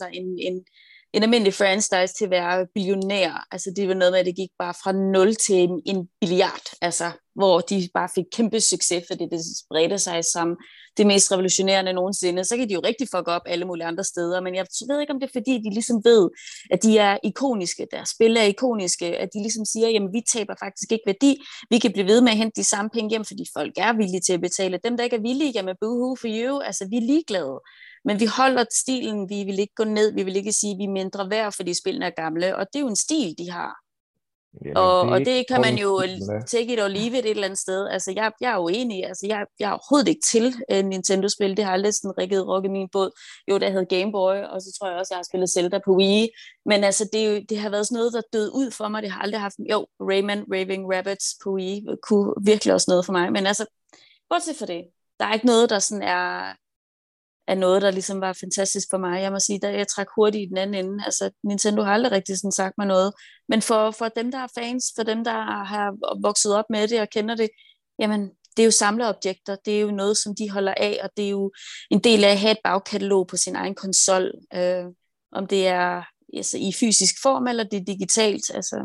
S2: en almindelig franchise til at være billionær. Altså det var noget med, at det gik bare fra 0 til en billiard, altså hvor de bare fik kæmpe succes, fordi det spredte sig som det mest revolutionerende nogensinde. Så kan de jo rigtig fuck op alle mulige andre steder, men jeg ved ikke, om det er fordi, de ligesom ved, at de er ikoniske, deres spil er ikoniske, at de ligesom siger, jamen vi taber faktisk ikke værdi, vi kan blive ved med at hente de samme penge hjem, fordi folk er villige til at betale. Dem, der ikke er villige, jamen boohoo for you, altså vi er ligeglade. Men vi holder stilen, vi vil ikke gå ned, vi vil ikke sige, at vi er mindre værd, fordi spillene er gamle, og det er jo en stil, de har. Jamen, og det kan man jo take it or leave it et eller andet sted. Altså, jeg er uenig. Altså, jeg er overhovedet ikke til Nintendo-spil. Det har aldrig sådan rukket min båd. Jo, der hed Game Boy, og så tror jeg også, jeg har spillet Zelda på Wii. Men altså, det har været sådan noget, der døde ud for mig. Det har aldrig haft... Jo, Rayman, Raving Rabbids på Wii kunne virkelig også noget for mig. Men altså, bortset for det. Der er ikke noget, der sådan er noget, der ligesom var fantastisk for mig. Jeg må sige, at jeg trak hurtigt i den anden ende. Altså, Nintendo har aldrig rigtig sådan sagt mig noget. Men for dem, der er fans, for dem, der har vokset op med det og kender det, jamen, det er jo samleobjekter. Det er jo noget, som de holder af, og det er jo en del af at have et bagkatalog på sin egen konsol. Om det er altså, i fysisk form, eller det er digitalt. Altså,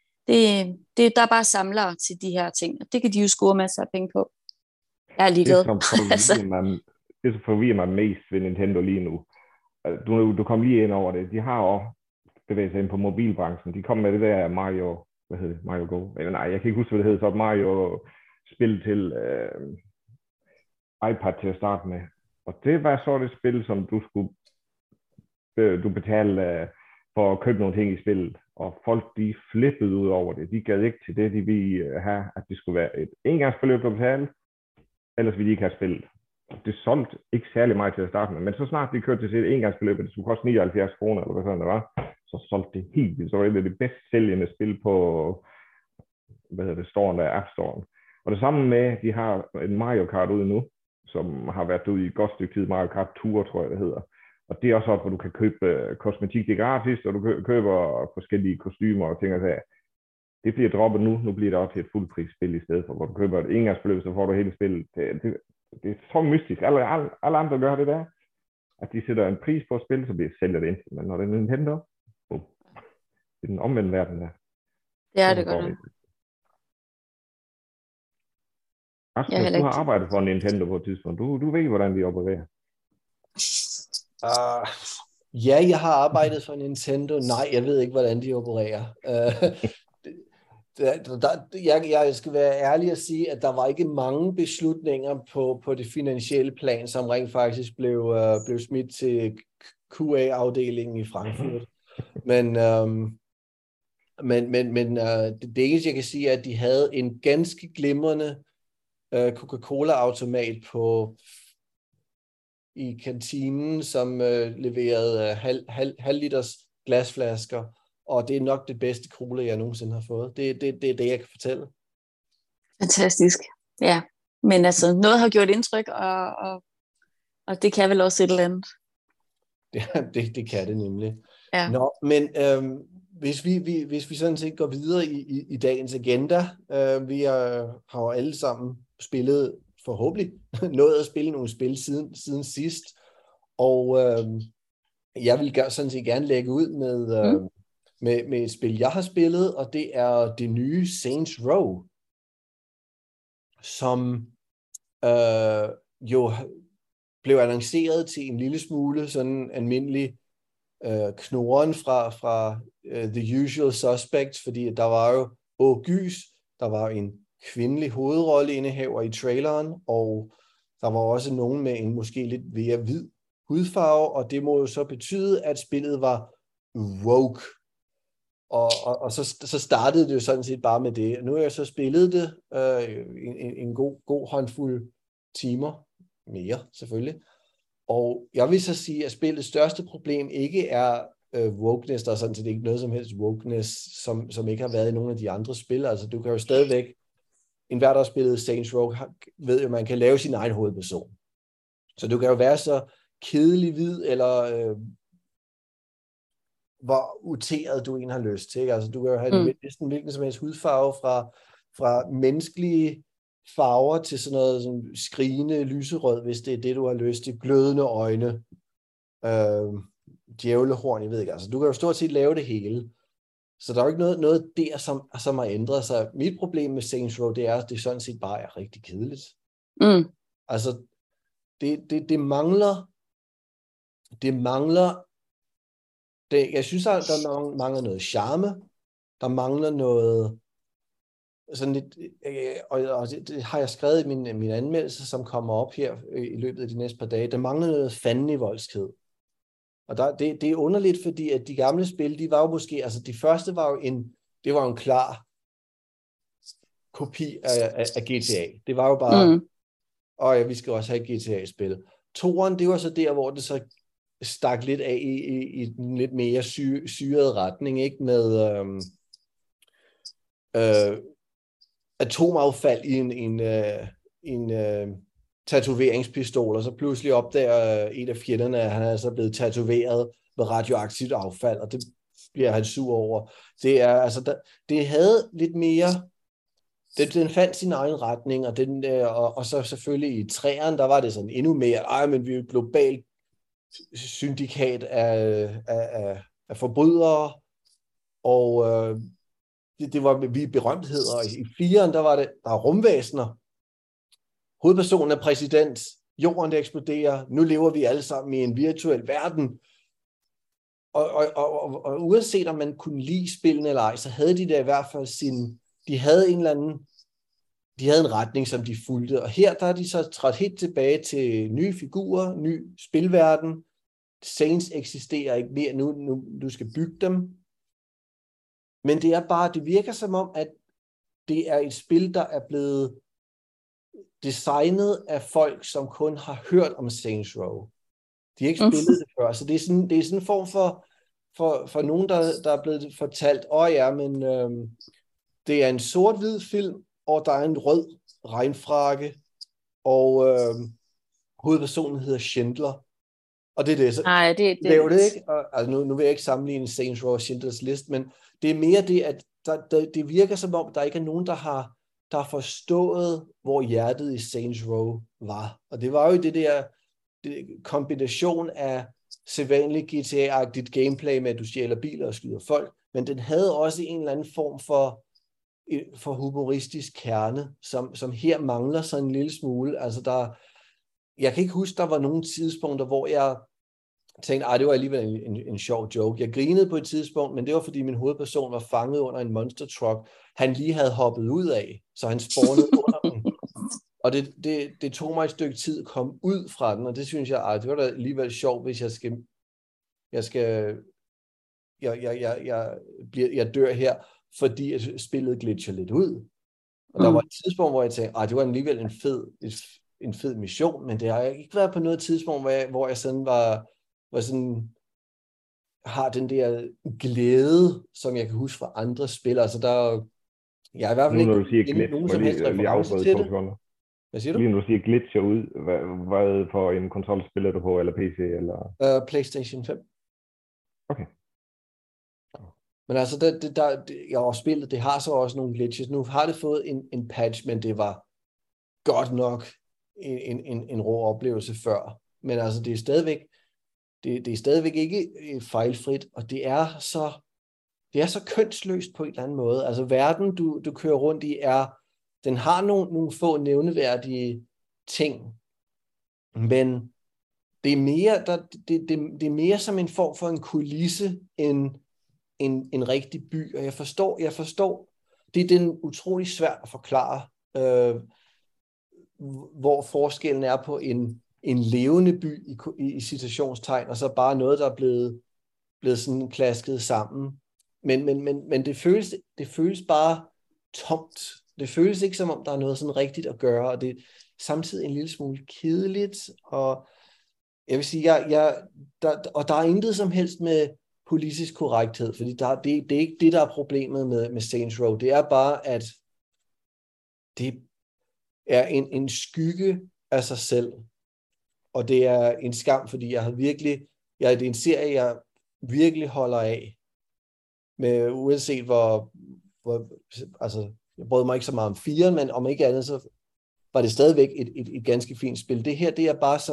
S2: der er bare samlere til de her ting, og det kan de jo score masser af penge på. Jeg er ligeglad.
S3: Det, som forvirrer mig mest ved Nintendo lige nu, du kom lige ind over det, de har også bevæget sig ind på mobilbranchen. De kom med det der Mario Go. Nej, jeg kan ikke huske, hvad det hedder, så Mario-spil til iPad til at starte med. Og det var så et spil, som du skulle du betalte for at købe nogle ting i spillet. Og folk, de flippede ud over det. De gad ikke til det, de ville have, at det skulle være et engangsbeløb, du betalte. Ellers ville de ikke have spillet. Det solgte ikke særlig meget til at starte med, men så snart de kørte til et engangsbeløb, det skulle koste 79 kroner, eller hvad sådan det var, så solgte det helt vildt. Så var det et af de bedst sælgende spil på, storen der, App Store'en. Og det samme med, de har en Mario Kart ude nu, som har været ude i et godt stykke tid, Mario Kart Tour, tror jeg det hedder. Og det er også op, hvor du kan købe kosmetik, det er gratis, og du køber forskellige kostymer og ting og sager. Det bliver droppet nu. Nu bliver det også til et fuldprisspil i stedet for, hvor du køber et engangsbeløb, så får du hele spillet. Det er så mystisk. Alle andre gør det der. At de sætter en pris på at spille, så bliver det sælger det ind. Men når det er Nintendo, det er den omvendte verden der.
S2: Ja, det gør det.
S3: Rasmus, du har arbejdet for Nintendo på et tidspunkt. Du ved, hvordan de opererer.
S1: Ja, jeg har arbejdet for Nintendo. Nej, jeg ved ikke, hvordan de opererer. Jeg skal være ærlig at sige, at der var ikke mange beslutninger på det finansielle plan, som rent faktisk blev smidt til QA-afdelingen i Frankfurt. Men det eneste, jeg kan sige, er, at de havde en ganske glimrende Coca-Cola-automat i kantinen, som leverede halv liters glasflasker, og det er nok det bedste cola, jeg nogensinde har fået. Det er det, jeg kan fortælle.
S2: Fantastisk. Ja, men altså, noget har gjort indtryk, og det kan vel også et eller andet.
S1: Det kan det nemlig.
S2: Ja.
S1: Nå, men hvis vi sådan set går videre i dagens agenda, vi har jo alle sammen spillet, forhåbentlig nået at spille nogle spil siden sidst, og jeg vil sådan set gerne lægge ud med et spil, jeg har spillet, og det er det nye Saints Row, som jo blev annonceret til en lille smule sådan almindelig knoren fra The Usual Suspects, fordi der var jo gys, der var en kvindelig hovedrolleindehaver i traileren, og der var også nogen med en måske lidt mere hvid hudfarve, og det må jo så betyde, at spillet var woke. Og så startede det jo sådan set bare med det. Nu har jeg så spillet det en god håndfuld timer, mere selvfølgelig. Og jeg vil så sige, at spillets største problem ikke er wokeness. Der er sådan set ikke noget som helst wokeness, som ikke har været i nogle af de andre spil. Altså du kan jo stadigvæk, enhver der har spillet Saints Row, ved jo, at man kan lave sin egen hovedperson. Så du kan jo være så kedelig hvid, eller hvor uteret du egentlig har lyst til. Altså du kan jo have næsten hvilken som helst hudfarve fra menneskelige farver til sådan noget sådan skrigende lyserød, hvis det er det, du har lyst til. Glødende øjne, djævlehorn, jeg ved ikke. Altså du kan jo stort set lave det hele. Så der er jo ikke noget der, som har ændret sig. Mit problem med Saints Row, det er, at det sådan set bare er rigtig kedeligt. Altså, det mangler... Jeg synes, at der mangler noget charme. Der mangler noget... Sådan lidt, og det har jeg skrevet i min anmeldelse, som kommer op her i løbet af de næste par dage. Der mangler noget fandenivoldskhed. Og det er underligt, fordi at de gamle spil, de var jo måske, altså de første var jo en klar kopi af GTA. Det var jo bare, vi skal også have GTA-spil. Toren, det var så der, hvor det så stak lidt af i den lidt mere syrede retning, ikke? Med atomaffald i en tatoveringspistol, og så pludselig opdager en af fjenderne, at han er så blevet tatoveret med radioaktivt affald, og det bliver han sur over. Det er altså, det havde lidt mere, den fandt sin egen retning, og så selvfølgelig i træerne, der var det sådan endnu mere, men vi er et globalt syndikat af forbrydere, og det var vi berømtheder. I 4'eren, der er rumvæsener. Hovedpersonen er præsident. Jorden, der eksploderer. Nu lever vi alle sammen i en virtuel verden. Og uanset om man kunne lide spillene eller ej, så havde de der i hvert fald de havde en retning, som de fulgte. Og her, der er de så trådt helt tilbage til nye figurer, ny spilverden. Saints eksisterer ikke mere, nu du skal bygge dem. Men det virker som om, at det er et spil, der er blevet designet af folk, som kun har hørt om Saints Row. De har ikke spillet det før, så det er sådan en form for nogen, der er blevet fortalt, men det er en sort-hvid film, og der er en rød regnfrakke, og hovedpersonen hedder Schindler. Og det er det.
S2: Nej, det
S1: er jo det, ikke? Og, altså, nu vil jeg ikke sammenligne Saints Row og Schindlers List, men det er mere det, at det virker som om, der ikke er nogen, der har forstået, hvor hjertet i Saints Row var. Og det var jo det kombination af sædvanligt GTA-agtigt gameplay med, at du stjæler biler og skyder folk, men den havde også en eller anden form for humoristisk kerne, som her mangler sådan en lille smule. Altså jeg kan ikke huske, der var nogle tidspunkter, hvor jeg tænkte, det var alligevel en sjov joke. Jeg grinede på et tidspunkt, men det var, fordi min hovedperson var fanget under en monster truck, han lige havde hoppet ud af, så han spawnede under den. Og det tog mig et stykke tid at komme ud fra den, og det synes jeg, det var da alligevel sjovt, hvis jeg dør her, fordi at spillet glitcher lidt ud. Og der var et tidspunkt, hvor jeg tænkte, det var alligevel en fed mission, men det har ikke været på noget tidspunkt, hvor jeg sådan var sådan, har den der glæde, som jeg kan huske fra andre spil. Altså jeg er i hvert fald ikke nogen som helst reference til det. Hvad siger du?
S3: Lige nu siger glitcher ud, hvad for en konsol spiller du på, eller PC, eller?
S1: PlayStation 5.
S3: Okay.
S1: Men altså, spillet, det har så også nogle glitches. Nu har det fået en patch, men det var godt nok en rå oplevelse før. Men altså, det er stadigvæk ikke fejlfrit, og det er så kønsløst på en eller anden måde. Altså, verden, du kører rundt i, den har nogle få nævneværdige ting, men det er mere som en form for en kulisse end en rigtig by, og jeg forstår, det er den utrolig svært at forklare, hvor forskellen er på en levende by i citationstegn, og så bare noget, der er blevet sådan klasket sammen. Men det føles bare tomt. Det føles ikke som om, der er noget sådan rigtigt at gøre, og det er samtidig en lille smule kedeligt, og jeg vil sige, der er intet som helst med politisk korrekthed, fordi det er ikke det, der er problemet med Saints Row. Det er bare, at det er en skygge af sig selv, og det er en skam, fordi det er en serie, jeg virkelig holder af, med uanset hvor altså, jeg brød mig ikke så meget om 4, men om ikke andet, så var det stadigvæk et ganske fint spil. Det her, det er bare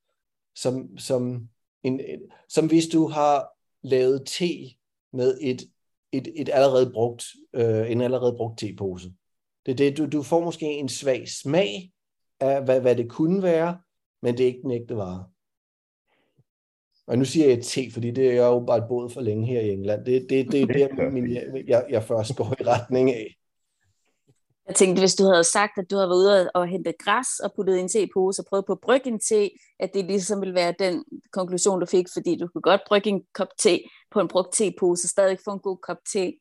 S1: som hvis du har lavet te med en allerede brugt tepose. Det er det, du får måske en svag smag af, hvad det kunne være, men det er ikke den ægte vare. Og nu siger jeg te, fordi det er jo bare boet for længe her i England. Det er jeg først går i retning af.
S2: Jeg tænkte, hvis du havde sagt, at du havde været ude og hente græs og puttet i en tepose og prøvet på at brygge en te, at det ligesom ville være den konklusion, du fik, fordi du kunne godt brygge en kop te på en brugt tepose og stadig få en god kop te.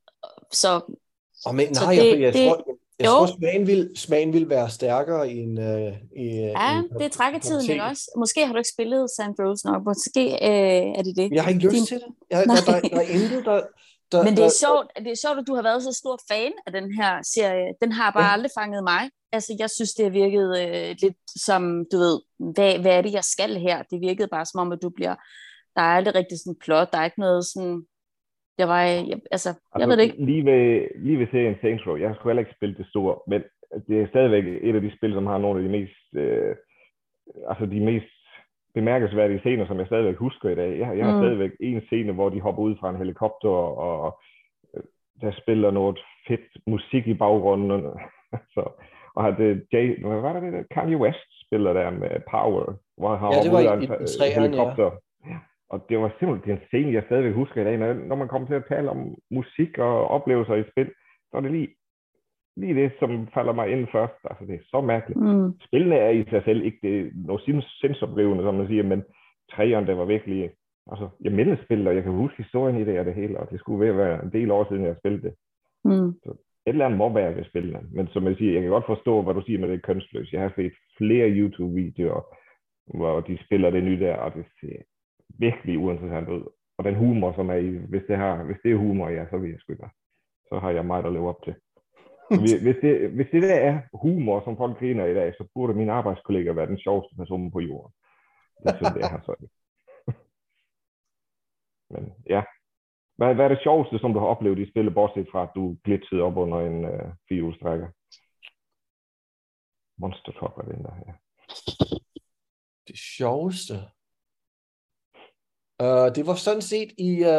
S2: Jeg
S1: tror, smagen vil være stærkere i en
S2: det er trækketiden, ikke også? Måske har du ikke spillet Sandros nok, måske er det det.
S1: Jeg har ikke lyst til det. Der er intet,
S2: men det er sjovt, at du har været så stor fan af den her serie. Den har bare aldrig fanget mig. Altså, jeg synes, det har virket lidt som, du ved, hvad er det, jeg skal her? Det virkede bare som om, at der er aldrig rigtig sådan plot. Der er ikke noget sådan... Jeg ved det ikke.
S3: Lige ved serien Saints Row, jeg skulle heller ikke spille det store, men det er stadigvæk et af de spil, som har nogle af de mest bemærkelsesværdige scener, som jeg stadigvæk husker i dag. Jeg har stadigvæk en scene, hvor de hopper ud fra en helikopter, og der spiller noget fedt musik i baggrunden. Og hvad var det? Kanye West spiller der med Power, hvor han hopper ud af en helikopter. Ja. Og det var simpelthen en scene, jeg stadigvæk husker i dag. Når man kommer til at tale om musik og oplevelser i spil, så er det lige det, som falder mig ind først. Altså, det er så mærkeligt. Spillene er i sig selv ikke noget sindsoprivende, som man siger, men 3'eren, det var virkelig, altså, jeg mindes spillet, og jeg kan huske historien i det og det hele, og det skulle være en del år siden, jeg spillede det. Så et eller andet må være ved spillene, men som jeg siger, jeg kan godt forstå, hvad du siger med det kønsløs. Jeg har set flere YouTube-videoer, hvor de spiller det nye der, og det ser virkelig uinteressant ud. Og den humor, som er i, hvis det er humor, ja, så vil jeg sgu ikke. Så har jeg meget at leve op til. Hvis det der er humor, som folk griner i dag, så burde min arbejdskollega være den sjoveste person på jorden. Det synes jeg har sådan. Men ja. Hvad er det sjoveste, som du har oplevet i spillet, bortset fra, at du glitchede op under en firehjulstrækker? Monster Truck er det der, ja.
S1: Det sjoveste? Det var sådan set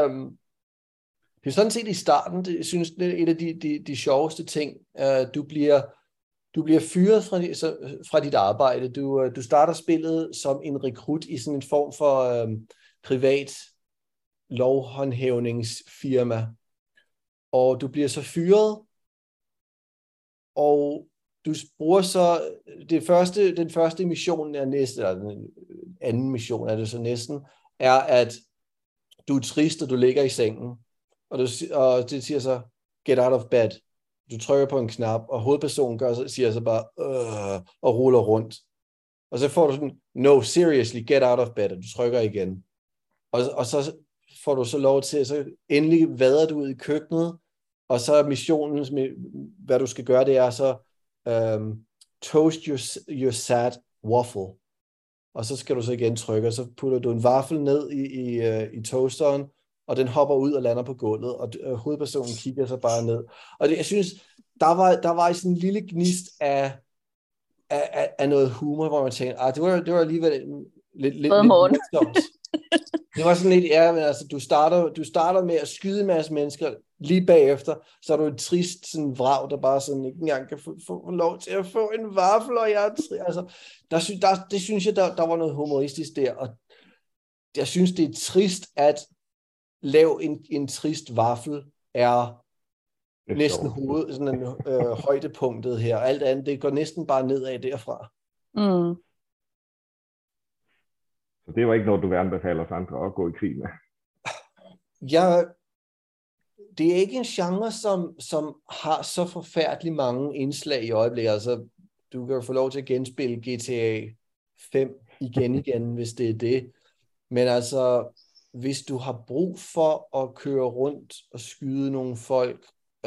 S1: i starten. Jeg synes, det er et af de sjoveste ting. Du bliver fyret fra dit arbejde. Du starter spillet som en rekrut i sådan en form for privat lovhåndhævningsfirma. Og du bliver så fyret, og du bruger så den første mission er næsten, eller den anden mission er det så næsten, er at du er trist, og du ligger i sengen, og det siger så, get out of bed. Du trykker på en knap, og hovedpersonen siger så bare, og ruller rundt. Og så får du sådan, no, seriously, get out of bed, og du trykker igen. Og så får du så lov til, så endelig vader du ud i køkkenet, og så er missionen, hvad du skal gøre, det er så, toast your sad waffle. Og så skal du så igen trykke, og så putter du en vaffel ned i toasteren, og den hopper ud og lander på gulvet, og hovedpersonen kigger så bare ned. Og jeg synes, der var sådan en lille gnist af noget humor, hvor man tænkte, det var alligevel lidt morsomt. Det var sådan lidt, ja, men altså, du starter med at skyde en masse mennesker, lige bagefter, så er du et trist sådan vrag, der bare sådan ikke engang kan få lov til at få en vaffel, og det synes jeg, der var noget humoristisk der, og jeg synes, det er trist, at lave en trist vaffel er næsten højdepunktet her, og alt andet, det går næsten bare nedad derfra.
S3: Så det var ikke noget, du vil anbefale os andre at gå i krig med?
S1: Ja, det er ikke en genre, som har så forfærdeligt mange indslag i øjeblikket. Altså, du kan jo få lov til at genspille GTA 5 igen, hvis det er det. Men altså, hvis du har brug for at køre rundt og skyde nogle folk,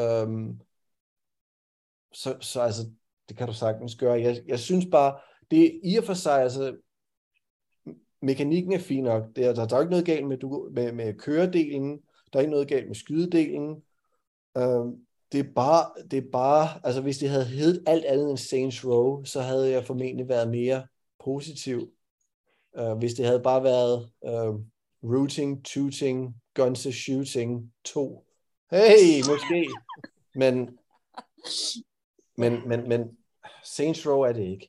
S1: så altså, det kan du sagtens gøre. Jeg synes bare, det er i og for sig, altså, mekanikken er fin nok. Der er ikke noget galt med køredelen. Der er ikke noget galt med skydedelen. Det er bare, altså hvis det havde heddet alt andet end Saints Row, så havde jeg formentlig været mere positiv. Hvis det havde bare været Rooting, Tooting, Guns and Shooting 2. Hey, måske. Men Saints Row er det ikke.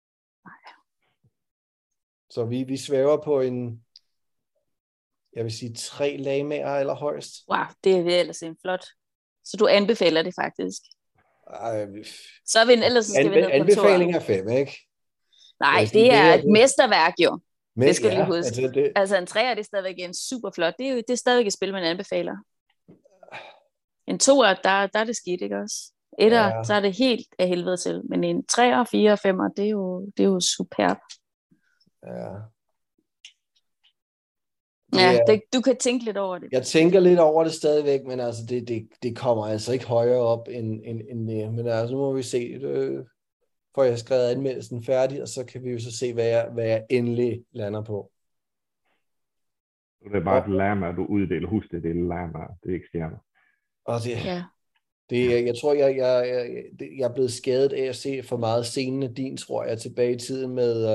S1: Så vi svæver på jeg vil sige 3 lagmager eller højst.
S2: Wow, det er ellers en flot. Så du anbefaler det faktisk? Så ellers skal vi ned på
S1: anbefaling er 5, ikke?
S2: Nej, det er et mesterværk jo. Det skal du huske. Altså en 3'er, det er stadigvæk en super flot. Det er stadigvæk et spil, man anbefaler. En 2'er, der er det skidt, ikke også? 1'er, så er det helt af helvede til. Men en 3'er, 4'er, 5'er, det er jo superb. Du kan tænke lidt over det.
S1: Jeg tænker lidt over det stadigvæk, men altså det kommer altså ikke højere op end det. Men altså nu må vi se, får jeg skrevet anmeldelsen færdig, og så kan vi jo så se, hvad jeg endelig lander på.
S3: Det er bare et lama, du uddeler. Husk det er lama, det er ikke stjerner.
S1: Og jeg tror, jeg er blevet skadet af at se for meget scenen af din, tror jeg, tilbage i tiden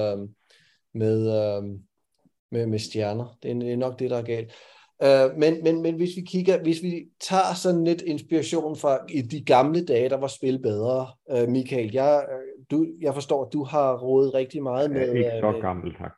S1: med stjerner. Det er nok det, der er galt. Men hvis vi tager sådan lidt inspiration fra i de gamle dage, der var spil bedre, Michael, jeg forstår, at du har rodet rigtig meget med...
S3: Ikke så gammel, tak.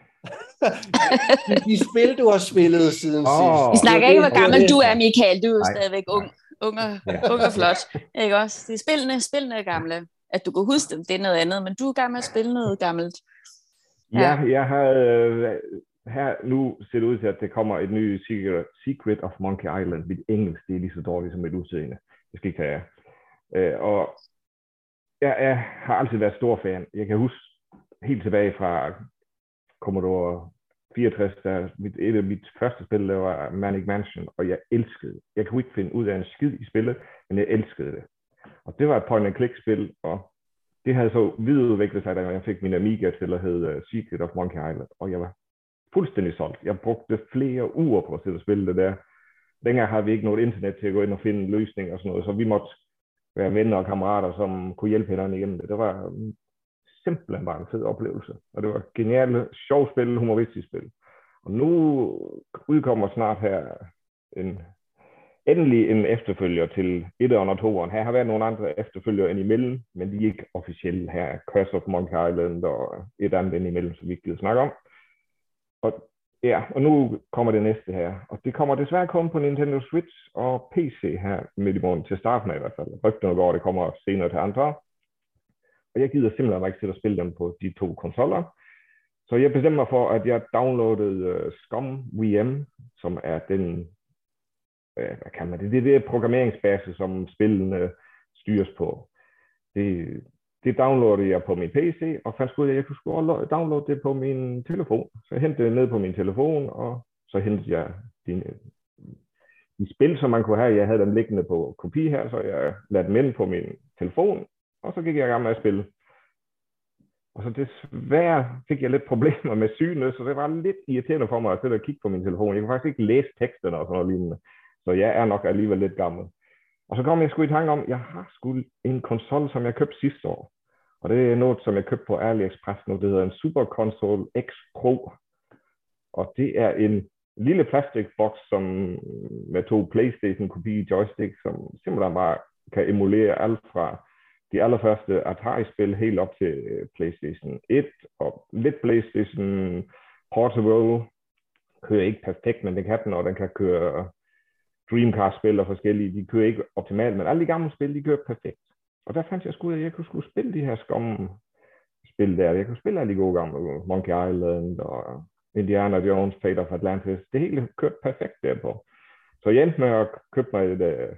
S1: De spil, du har spillet siden sidst.
S2: Vi snakker ikke, hvor gammel du er, Michael. Du er jo stadigvæk ung og flot. Ikke også? Det er spillene er gamle. At du kan huske dem, det er noget andet, men du er gammel at spille noget gammelt.
S3: Ja, jeg havde her nu ser det ud til, at det kommer et nyt Secret of Monkey Island. Mit engelsk, det er lige så dårligt som mit udseende. Det skal ikke tage og jeg har altid været stor fan. Jeg kan huske helt tilbage fra Commodore 64, der et af mit første spil, der var Manic Mansion, og jeg elskede det. Jeg kunne ikke finde ud af en skid i spillet, men jeg elskede det. Og det var et point-and-click-spil, og det havde så videreudviklet sig, da jeg fik min Amiga til at hedde Secret of Monkey Island, og jeg var fuldstændig solgt. Jeg brugte flere uger på at sidde og spille det der. Dengang havde vi ikke noget internet til at gå ind og finde løsninger og sådan noget, så vi måtte være venner og kammerater, som kunne hjælpe hinanden igennem det. Det var simpelthen bare en fed oplevelse. Og det var genialt, sjovt spil, humoristisk spil. Og nu udkommer snart her endelig en efterfølger til 1'eren og 2'eren. Her har været nogle andre efterfølgere ind imellem, men de er ikke officielle. Her er Curse of Monkey Island og et andet ind imellem, som vi ikke gider snakke om. Og nu kommer det næste her. Og det kommer desværre kun på Nintendo Switch og PC her midt i morgen, til start med i hvert fald. Rygterne går, det kommer senere til andre. Og jeg gider simpelthen ikke til at spille dem på de 2 konsoller. Så jeg bestemmer mig for, at jeg downloadede SCUM VM, som er den, hvad kan man det? Det er programmeringsbase, som spillene styres på. Det downloadede jeg på min PC, og fandt ud af, at jeg kunne downloade det på min telefon. Så jeg hentede det ned på min telefon, og så hentede jeg de spil, som man kunne have. Jeg havde dem liggende på kopi her, så jeg lagde dem ind på min telefon, og så gik jeg i gang med at spille. Og så desværre fik jeg lidt problemer med synet, så det var lidt irriterende for mig at sidde og kigge på min telefon. Jeg kunne faktisk ikke læse teksterne og sådan noget lignende. Så jeg er nok alligevel lidt gammel. Og så kom jeg sgu i tanke om, at jeg har sgu en konsol, som jeg købte sidste år. Og det er noget, som jeg købte på AliExpress nu. Det hedder en Super Console X Pro. Og det er en lille plastikboks med 2 PlayStation-kopi joystick, som simpelthen bare kan emulere alt fra de allerførste Atari-spil helt op til PlayStation 1 og lidt PlayStation Portable. Kører ikke perfekt, men den kan den, og den kan køre Dreamcast-spil og forskellige. De kører ikke optimalt, men alle de gamle spil, de kører perfekt. Og der fandt jeg sgu, at jeg kunne spille de her SCUM-spil der. Jeg kunne spille alle de gode gamle, Monkey Island og Indiana Jones, Fate of Atlantis. Det hele kørte perfekt derpå. Så jeg endte med at købe mig et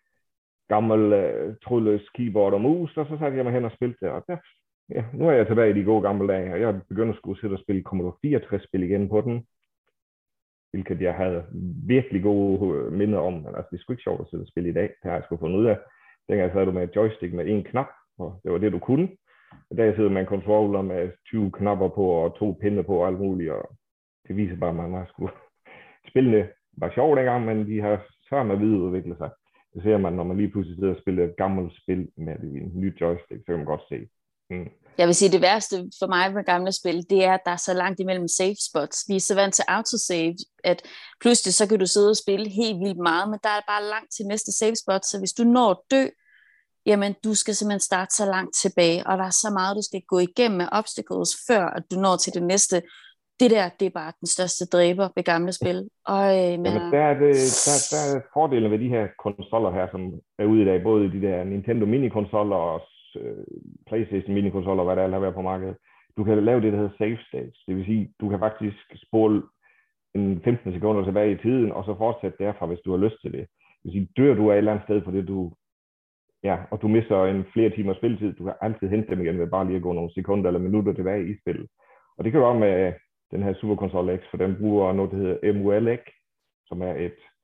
S3: gammelt trådløs keyboard og mus, og så satte jeg mig hen og spille det. Og der, nu er jeg tilbage i de gode gamle dage, og jeg begyndte at skulle sidde og spille Commodore 64-spil igen på den, hvilket jeg havde virkelig gode minder om. Men altså, det er sgu ikke sjovt at sidde og spille i dag. Det har jeg sgu fundet ud af. Dengang sad du med et joystick med 1 knap, og det var det, du kunne. Og der jeg sidder med en controller med 20 knapper på og 2 pinde på og alt muligt, og det viser bare, at man skulle spillene var sjovt dengang, men de har svært med at videreudvikle sig. Det ser man, når man lige pludselig sidder og spiller et gammelt spil med en ny joystick, så kan man godt se.
S2: Jeg vil sige, det værste for mig med gamle spil, det er, at der er så langt imellem save spots. Vi er så vant til autosave, at pludselig så kan du sidde og spille helt vildt meget, men der er bare langt til næste save spot, så hvis du når at dø, jamen du skal simpelthen starte så langt tilbage, og der er så meget, du skal gå igennem med obstacles, før at du når til det næste. Det er bare den største dræber ved gamle spil.
S3: Jamen, der er fordelen ved de her konsoller her, som er ude i dag, både de der Nintendo mini-konsoller og PlayStation mini-konsoller, hvad der er været på markedet. Du kan lave det, der hedder save states. Det vil sige, du kan faktisk spole en 15 sekunder tilbage i tiden, og så fortsætte derfra, hvis du har lyst til det. Det vil sige, dør du af et eller andet sted, fordi og du mister flere timers spilletid, du kan altid hente dem igen ved bare lige at gå nogle sekunder eller minutter tilbage i spillet. Og det kan du også med den her Super Console X, for den bruger noget, der hedder MULX, som er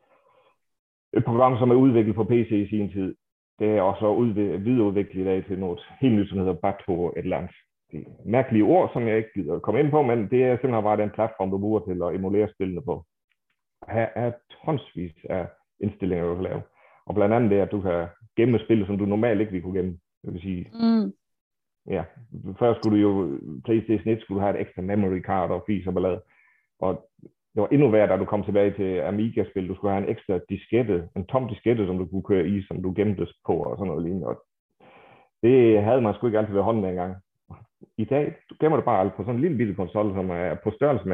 S3: et program, som er udviklet på PC i sin tid. Det er også videreudviklet i dag til noget helt nyt, som hedder Bato et eller andet. Det er mærkelige ord, som jeg ikke gider komme ind på, men det er simpelthen bare den platform, du bruger til at emulere spillene på. Her er tonsvis af indstillinger, du kan lave. Og blandt andet det, at du kan gemme spil, som du normalt ikke ville kunne gemme. Det vil sige, før skulle du jo, PlayStation 1 skulle du have et ekstra memory card og fis og ballade. Og det var endnu værre, da du kom tilbage til Amiga-spil. Du skulle have en ekstra diskette, en tom diskette, som du kunne køre i, som du gemte på og sådan noget lignende. Og det havde man sgu ikke altid ved hånden dengang. I dag, du gemmer det bare alt på sådan en lille bitte konsol, som er på størrelse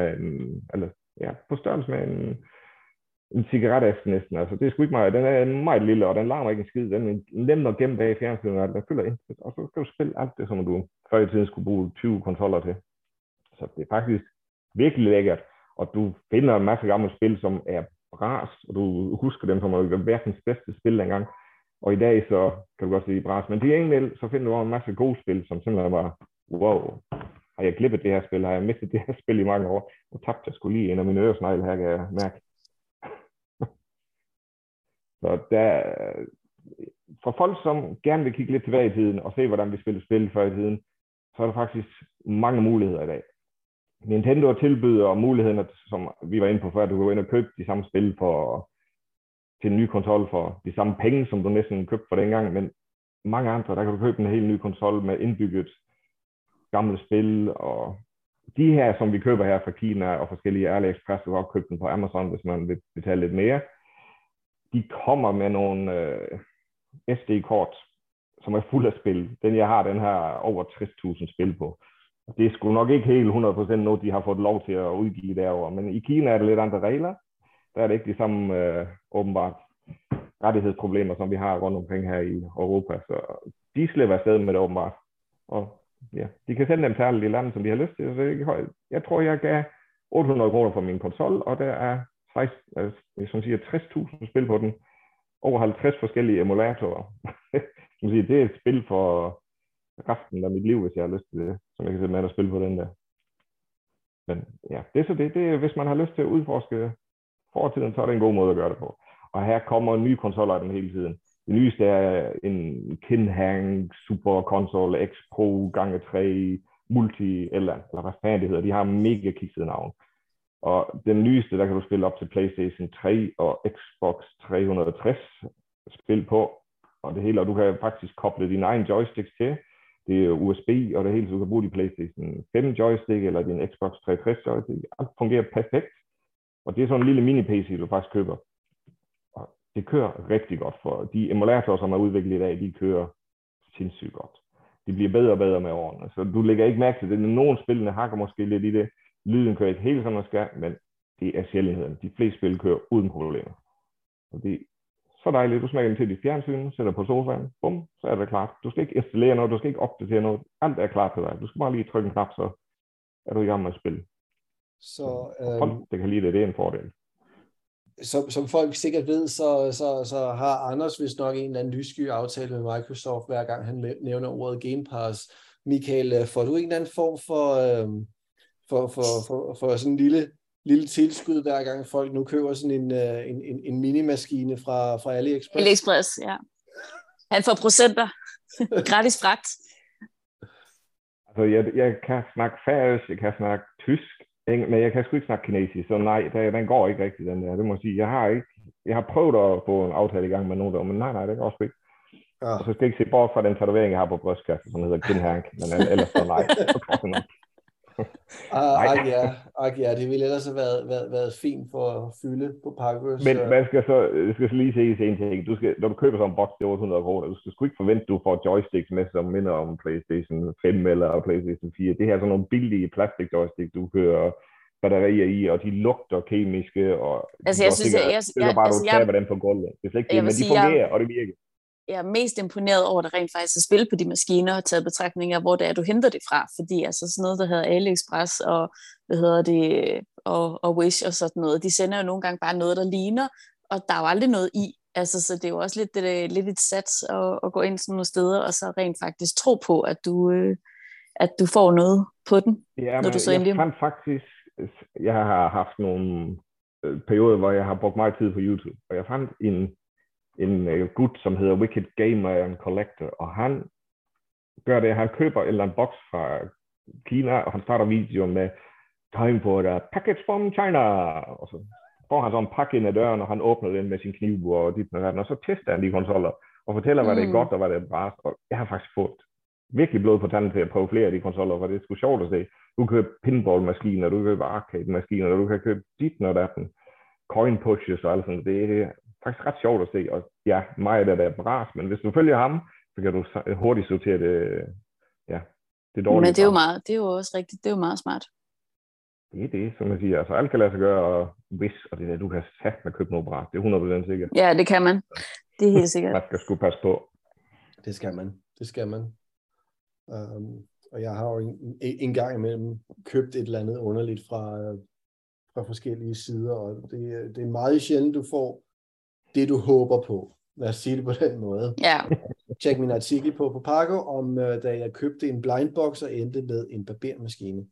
S3: med en cigaretæske næsten. Altså, det er sgu ikke meget. Den er meget lille, og den larmer ikke en skid. Den er nem at gemme bag i fjernsynet, og den fylder ind. Og så kan du spille alt det, som du før i tiden skulle bruge 20 kontroller til. Så det er faktisk virkelig lækkert. og du finder en masse gamle spil, som er bras, og du husker dem som verdens bedste spil dengang. Og i dag så kan du godt sige bras, men til gengæld så finder du også en masse gode spil, som simpelthen var, wow, har jeg glippet det her spil, har jeg mistet det her spil i mange år, og tabte jeg skulle lige en af mine øresnegle her, kan jeg mærke. Så der, for folk, som gerne vil kigge lidt tilbage i tiden, og se, hvordan vi spillede spil før i tiden, så er der faktisk mange muligheder i dag. Nintendo tilbyder muligheden, som vi var inde på før, du kan gå ind og købe de samme spil til en ny konsol for de samme penge, som du næsten købte for dengang, men mange andre, der kan du købe en helt ny konsol med indbygget gamle spil, og de her, som vi køber her fra Kina og forskellige AliExpress, du kan også købe den på Amazon, hvis man vil betale lidt mere. De kommer med nogle SD-kort, som er fuld af spil. Den jeg har, den har over 60.000 spil på. Det er sgu nok ikke helt 100% noget, de har fået lov til at udgive derovre, men i Kina er det lidt andre regler. Der er det ikke de samme åbenbart rettighedsproblemer, som vi har rundt omkring her i Europa. Så de slipper afsted med det åbenbart. Og ja, de kan sende dem til alle de lande, som de har lyst til. Så jeg tror, jeg gav 800 kroner for min konsol, og der er 60.000 spil på den. Over 50 forskellige emulatorer. Det er et spil for resten af mit liv, hvis jeg har lyst til det, som jeg kan sætte med at spille på den der. Men ja, det er så det. Hvis man har lyst til at udforske fortiden, så er det en god måde at gøre det på. Og her kommer nye konsoller af dem hele tiden. Det nyeste er en Kinhang Super Console X Pro x3 Multi eller hvad fanden det hedder. De har mega kiksede navn. Og den nyeste, der kan du spille op til PlayStation 3 og Xbox 360 spil på. Og det hele, og du kan faktisk koble dine egen joysticks til. Det er USB, og det hele, så du kan bruge din PlayStation 5 joystick eller din Xbox 360 joystick. Alt fungerer perfekt. Og det er sådan en lille mini-PC, du faktisk køber. Og det kører rigtig godt, for de emulatorer, som er udviklet i dag, de kører sindssygt godt. De bliver bedre og bedre med årene. Så du lægger ikke mærke til det. Nogle spillene hakker måske lidt i det. Lyden kører ikke helt som man skal, men det er sjældenheden. De fleste spil kører uden problemer. Og det er så dejligt. Du smækker den til dit fjernsyn, sætter på sofaen, bum, så er det klart. Du skal ikke installere noget, du skal ikke opdatere noget. Alt er klar til dig. Du skal bare lige trykke en knap, så er du i gang med at spille.
S1: Så,
S3: folk, der kan lide det, det er en fordel.
S1: Som folk sikkert ved, så har Anders vist nok en eller anden lyssky aftale med Microsoft, hver gang han nævner ordet Game Pass. Michael, får du en eller anden form for sådan en lille tilskud, hver gang folk nu køber sådan en minimaskine fra AliExpress?
S2: AliExpress, ja. Han får procenter. Gratis fragt.
S3: Altså, jeg kan snakke færøsk, jeg kan snakke tysk, men jeg kan sgu ikke snakke kinesisk, så nej, den går ikke rigtigt, den der. Det må jeg sige. Jeg har prøvet at få en aftale i gang med nogen der, men nej, det går sgu ikke. Ja. Og så skal jeg ikke se bort fra den tatovering, jeg har på brystkassen, som hedder Kinhang, men ellers så nej.
S1: Ja, det ville ellers have været fint for at fylde på pakkers.
S3: Men man skal så lige se en ting. Når du køber sådan en box til 800 kroner, du skal sgu ikke forvente, at du får joysticks med, som minder om PlayStation 5 eller PlayStation 4. Det her er sådan nogle billige plastik joysticks, du kører batterier i, og de lugter kemiske, og
S2: altså, jeg synes,
S3: du taber dem på gulvet. Det er slet ikke det, men de fungerer, og det virker.
S2: Jeg er mest imponeret over det rent faktisk at spille på de maskiner og tage betragtning af, hvor det er, du henter det fra. Fordi altså sådan noget, der hedder AliExpress og Wish og sådan noget, de sender jo nogle gange bare noget, der ligner, og der er jo aldrig noget i. Altså, så det er jo også lidt et sats at gå ind sådan nogle steder, og så rent faktisk tro på, at du får noget på den,
S3: ja,
S2: når du så endelig...
S3: Jeg har haft nogle perioder, hvor jeg har brugt meget tid på YouTube, og jeg fandt en gut, som hedder Wicked Gamer and Collector, og han gør det, han køber en eller anden boks fra Kina, og han starter videoen med time for the package from China, og så får han så en pakke ind ad døren, og han åbner den med sin kniv og dit med og så tester han de konsoller, og fortæller, hvad det er godt, og hvad det er brast, og jeg har faktisk fået virkelig blod på tanden til at prøve flere af de konsoller, for det er sgu sjovt at se. Du kan købe pinball-maskiner, du kan købe arcade-maskiner, du kan købe dit og datten, coin pushes og alt sådan. Det er faktisk ret sjovt at se, og ja, meget af det er bras, men hvis du følger ham, så kan du hurtigt sortere det, ja, det dårlige.
S2: Men det er jo også rigtigt, det er jo meget smart.
S3: Det er det, som jeg siger. Altså alt kan lade sig gøre, og hvis, og det er du kan sætte med at købe noget bras, det er 100% sikkert.
S2: Ja, det kan man. Det er helt sikkert.
S3: Man skal sgu passe på.
S1: Det skal man. Og jeg har jo en gang imellem købt et eller andet underligt fra forskellige sider, og det er meget sjældent, du får det, du håber på. Lad os sige det på den måde.
S2: Ja.
S1: Tjek min artikel på Pago om, da jeg købte en blindbox og endte med en barbermaskine.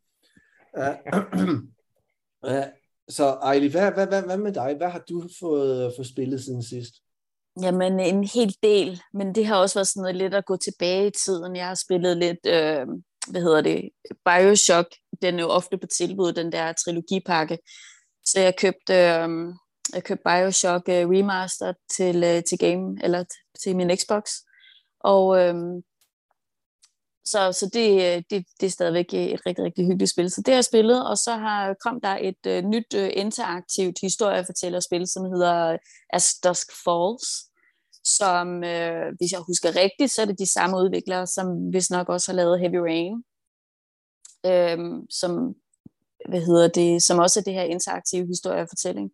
S1: Så Ejli, hvad med dig? Hvad har du fået spillet siden sidst?
S2: Jamen, en hel del, men det har også været sådan noget lidt at gå tilbage i tiden. Jeg har spillet lidt, BioShock. Den er jo ofte på tilbud, den der trilogipakke. Så jeg købte BioShock Remastered til game, eller til min Xbox. Og så det er stadigvæk et rigtig, rigtig hyggeligt spil. Så det har jeg spillet, og så kom der et nyt interaktivt historiefortællerspil, som hedder As Dusk Falls, som, hvis jeg husker rigtigt, så er det de samme udviklere, som vist nok også har lavet Heavy Rain, som også er det her interaktive historiefortælling.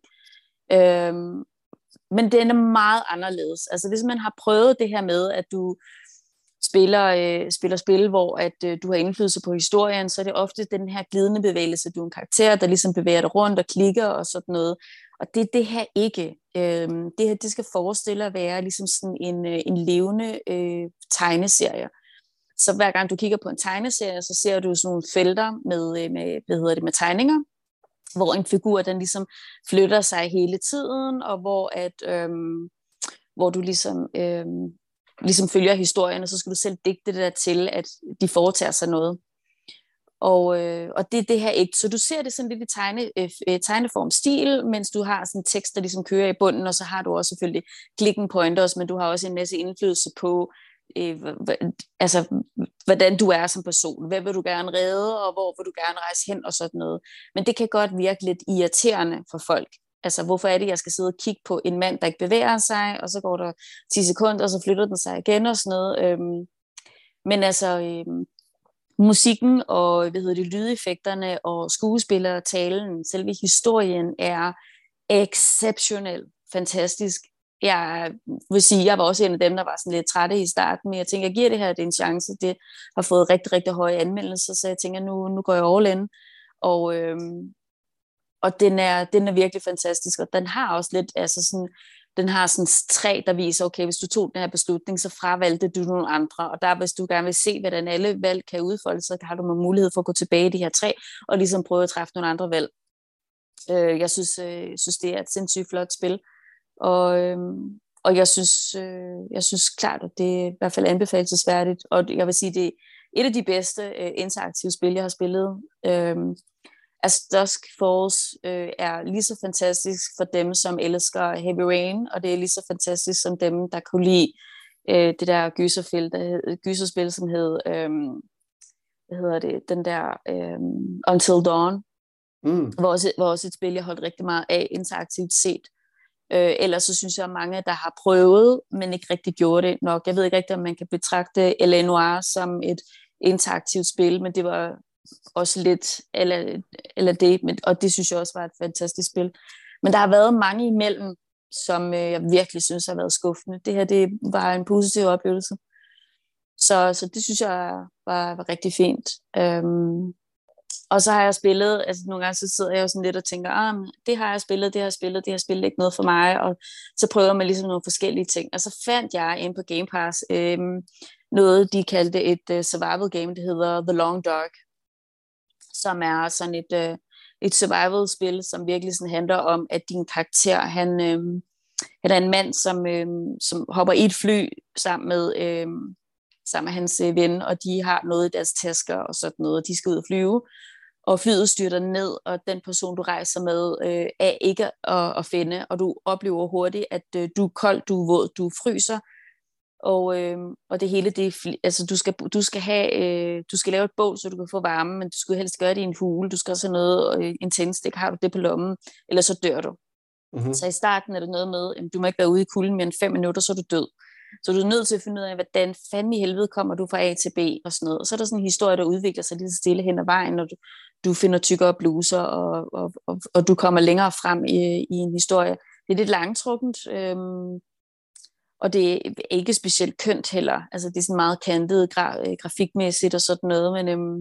S2: Men den er meget anderledes. Altså hvis man har prøvet det her med, at du spiller spil, hvor at du har indflydelse på historien, så er det ofte den her glidende bevægelse. Du er en karakter, der ligesom bevæger dig rundt og klikker og sådan noget. Og det er det her ikke. Det her, det skal forestille at være ligesom sådan en levende tegneserie. Så hver gang du kigger på en tegneserie, så ser du sådan nogle felter med tegninger, hvor en figur, den ligesom flytter sig hele tiden, og hvor du ligesom følger historien, og så skal du selv digte det der til, at de foretager sig noget. Og det er det her ikke. Så du ser det sådan lidt i tegneformstil, mens du har sådan en tekst, der ligesom kører i bunden, og så har du også selvfølgelig click and pointers, men du har også en masse indflydelse på, hvordan du er som person. Hvad vil du gerne redde, og hvor vil du gerne rejse hen, og sådan noget. Men det kan godt virke lidt irriterende for folk. Altså, hvorfor er det, jeg skal sidde og kigge på en mand, der ikke bevæger sig, og så går der 10 sekunder, og så flytter den sig igen og sådan noget. Men altså, musikken og lydeffekterne og skuespillertalen, selve historien er exceptionelt fantastisk. Jeg vil sige, jeg var også en af dem, der var sådan lidt trætte i starten, men jeg tænker, jeg giver det her en chance. Det har fået rigtig, rigtig høje anmeldelser, så jeg tænker, nu går jeg all in. Og den er virkelig fantastisk, og den har også lidt, altså sådan, den har sådan træ, der viser, okay, hvis du tog den her beslutning, så fravalgte du nogle andre, og der, hvis du gerne vil se, hvordan alle valg kan udfolde, så har du mulighed for at gå tilbage i de her træ, og ligesom prøve at træffe nogle andre valg. Jeg synes, det er et sindssygt flot spil, og jeg synes klart, at det er i hvert fald anbefalelsesværdigt, og jeg vil sige, det er et af de bedste interaktive spil, jeg har spillet. As Dusk Falls er lige så fantastisk for dem, som elsker Heavy Rain, og det er lige så fantastisk som dem, der kunne lide det der gyserspil, som hed, den der Until Dawn, hvor også et spil, jeg holdt rigtig meget af interaktivt set. Ellers så synes jeg, at mange, der har prøvet, men ikke rigtig gjorde det nok. Jeg ved ikke rigtig, om man kan betragte L.A. Noire som et interaktivt spil, men det var også lidt eller det, og det synes jeg også var et fantastisk spil. Men der har været mange imellem, som jeg virkelig synes har været skuffende. Det her, det var en positiv oplevelse. Så det synes jeg var rigtig fint. Og så har jeg spillet, altså nogle gange så sidder jeg jo sådan lidt og tænker, det har jeg spillet ikke noget for mig, og så prøver man ligesom nogle forskellige ting. Og så fandt jeg inde på Game Pass noget, de kaldte et survival game, det hedder The Long Dark, som er sådan et survival-spil, som virkelig sådan handler om, at din karakter, han er en mand, som hopper i et fly sammen med hans ven, og de har noget i deres tasker og sådan noget, og de skal ud og flyve, og flyet styrter ned, og den person, du rejser med, er ikke at finde, og du oplever hurtigt, at du er kold, du er våd, du fryser, og det hele, altså du skal lave et bål, så du kan få varme, men du skal helst gøre det i en hule, du skal også have noget, en tændstik, har du det på lommen, eller så dør du. Mm-hmm. Så i starten er det noget med, at du må ikke være ude i kulden mere end 5 minutter, så er du død. Så du er nødt til at finde ud af, hvordan fanden i helvede kommer du fra A til B og sådan noget. Og så er der sådan en historie, der udvikler sig lige så stille hen ad vejen, når du finder tykkere bluser, og du kommer længere frem i en historie. Det er lidt langtrukkent, og det er ikke specielt kønt heller. Altså det er sådan meget kantet grafikmæssigt og sådan noget,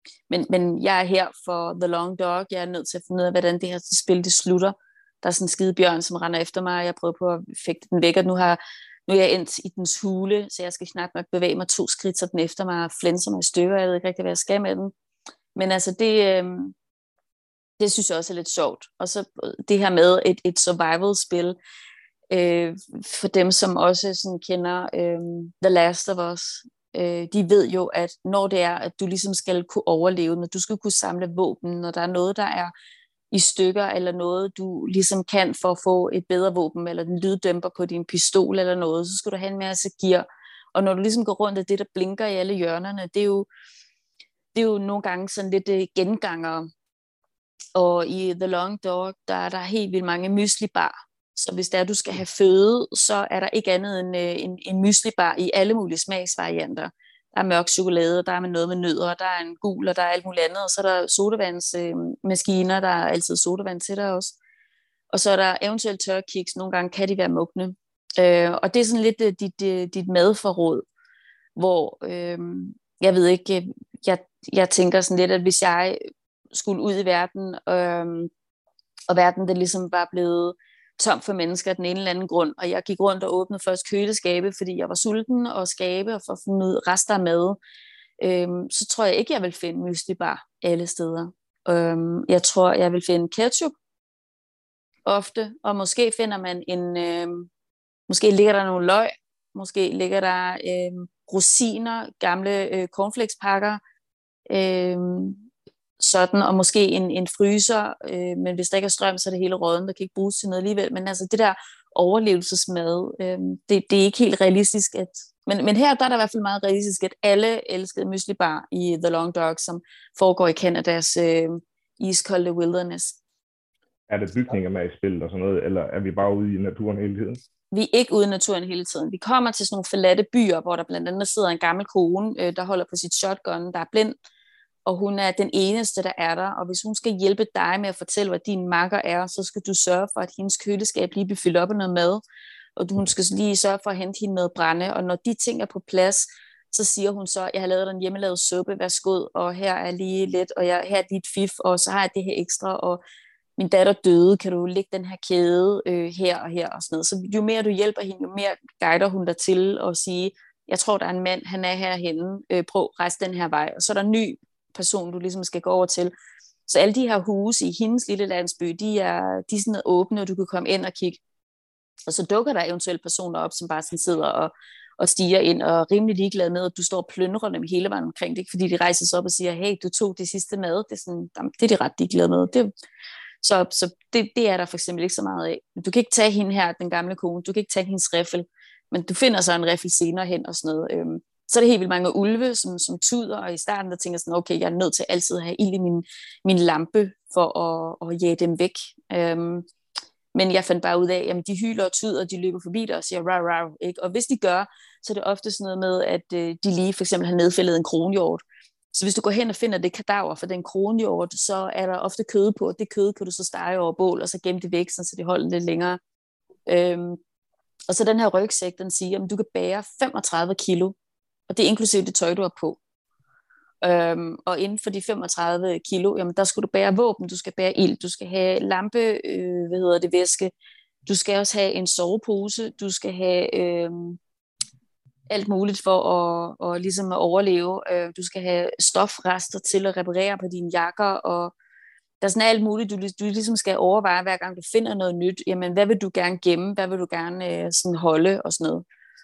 S2: Men jeg er her for the long dog. Jeg er nødt til at finde ud af, hvordan det her spil det slutter. Der er sådan en skide bjørn, som render efter mig, og jeg prøver på at fægte den væk, og nu er jeg endt i dens hule, så jeg skal knap nok bevæge mig 2 skridt, så den efter mig og flænser mig i stykker. Jeg ved ikke rigtig, hvad jeg skal med den. Men altså, det synes jeg også er lidt sjovt. Og så det her med et survival-spil, for dem, som også sådan kender The Last of Us, de ved jo, at når det er, at du ligesom skal kunne overleve, når du skal kunne samle våben, når der er noget, der er i stykker, eller noget, du ligesom kan for at få et bedre våben, eller den lyddæmper på din pistol, eller noget, så skal du have en masse gear. Og når du ligesom går rundt af det, der blinker i alle hjørnerne, det er jo nogle gange sådan lidt gengangere. Og i The Long Dog, der er der helt vildt mange myslibar. Så hvis der du skal have føde, så er der ikke andet end en myslibar i alle mulige smagsvarianter. Der er mørk chokolade, der er med noget med nødder, der er en gul, og der er alt muligt andet. Og så er der sodavandsmaskiner, der er altid sodavand til der også. Og så er der eventuelt tørkiks, nogle gange kan de være mugne. Og det er sådan lidt dit madforråd, hvor jeg ved ikke, jeg tænker sådan lidt, at hvis jeg skulle ud i verden, og verden det ligesom var blevet tom for mennesker af den ene eller anden grund, og jeg gik rundt og åbnede først køleskabe, fordi jeg var sulten, og skabe og for at finde ud rester af mad, så tror jeg ikke, jeg vil finde myslibar alle steder. Jeg tror, jeg vil finde ketchup ofte, og måske finder man måske ligger der nogle løg, måske ligger der rosiner, gamle cornflakespakker, sådan, og måske en fryser, men hvis der ikke er strøm, så er det hele rådden, der kan ikke bruges til noget alligevel. Men altså det der overlevelsesmad, det er ikke helt realistisk. Men her der er der i hvert fald meget realistisk, at alle elskede myslibar i The Long Dog, som foregår i Canadas iskolde wilderness.
S3: Er det bygninger med i spillet og sådan noget, eller er vi bare ude i naturen hele tiden?
S2: Vi er ikke ude i naturen hele tiden. Vi kommer til sådan nogle forladte byer, hvor der blandt andet sidder en gammel kone, der holder på sit shotgun, der er blind, og hun er den eneste, der er der, og hvis hun skal hjælpe dig med at fortælle, hvad din makker er, så skal du sørge for, at hendes køleskab lige bliver fyldt op af noget mad, og hun skal lige sørge for at hente hende noget brænde, og når de ting er på plads, så siger hun så, jeg har lavet dig en hjemmelavet suppe, værsgod, og her er lige lidt, og her er lige et fif, og så har jeg det her ekstra, og min datter døde, kan du lægge den her kæde her og her, og sådan noget. Så jo mere du hjælper hende, jo mere guider hun dig til at sige, jeg tror, der er en mand, han er herhenne, prøv at rejse den her vej, og så er der en ny person, du ligesom skal gå over til. Så alle de her huse i hendes lille landsby, de er sådan åbne, og du kan komme ind og kigge. Og så dukker der eventuelt personer op, som bare sådan sidder og stiger ind, og er rimelig ligeglade med, at du står og plyndrer dem hele vejen omkring. Det er ikke fordi, de rejser sig op og siger, hey, du tog det sidste mad. Det er, sådan, det er de ret ligeglade med. Så det er der for eksempel ikke så meget af. Du kan ikke tage hende her, den gamle kone. Du kan ikke tage hendes riffel. Men du finder så en riffel senere hen og sådan noget. Så er det helt vildt mange ulve, som tuder, og i starten der tænker jeg sådan, okay, jeg er nødt til altid at have ild i min lampe, for at jage dem væk. Men jeg fandt bare ud af, at de hyler og tuder, og de løber forbi dig og siger, rav, rav, ikke? Og hvis de gør, så er det ofte sådan noget med, at de lige for eksempel har nedfældet en kronhjort. Så hvis du går hen og finder det kadaver for den kronhjort, så er der ofte kød på, og det kød kan du så stege over bål, og så gemme det væk, så det holder lidt længere. Og så den her rygsæk, den siger, at du kan bære 35 kilo, og det er inklusive det tøj, du har på. Og inden for de 35 kilo, jamen, der skal du bære våben, du skal bære ild, du skal have lampe, væske, du skal også have en sovepose, du skal have alt muligt for at ligesom at overleve. Du skal have stofrester til at reparere på dine jakker, og der er sådan alt muligt, du ligesom skal overveje, hver gang du finder noget nyt, jamen hvad vil du gerne gemme, hvad vil du gerne sådan holde og sådan noget.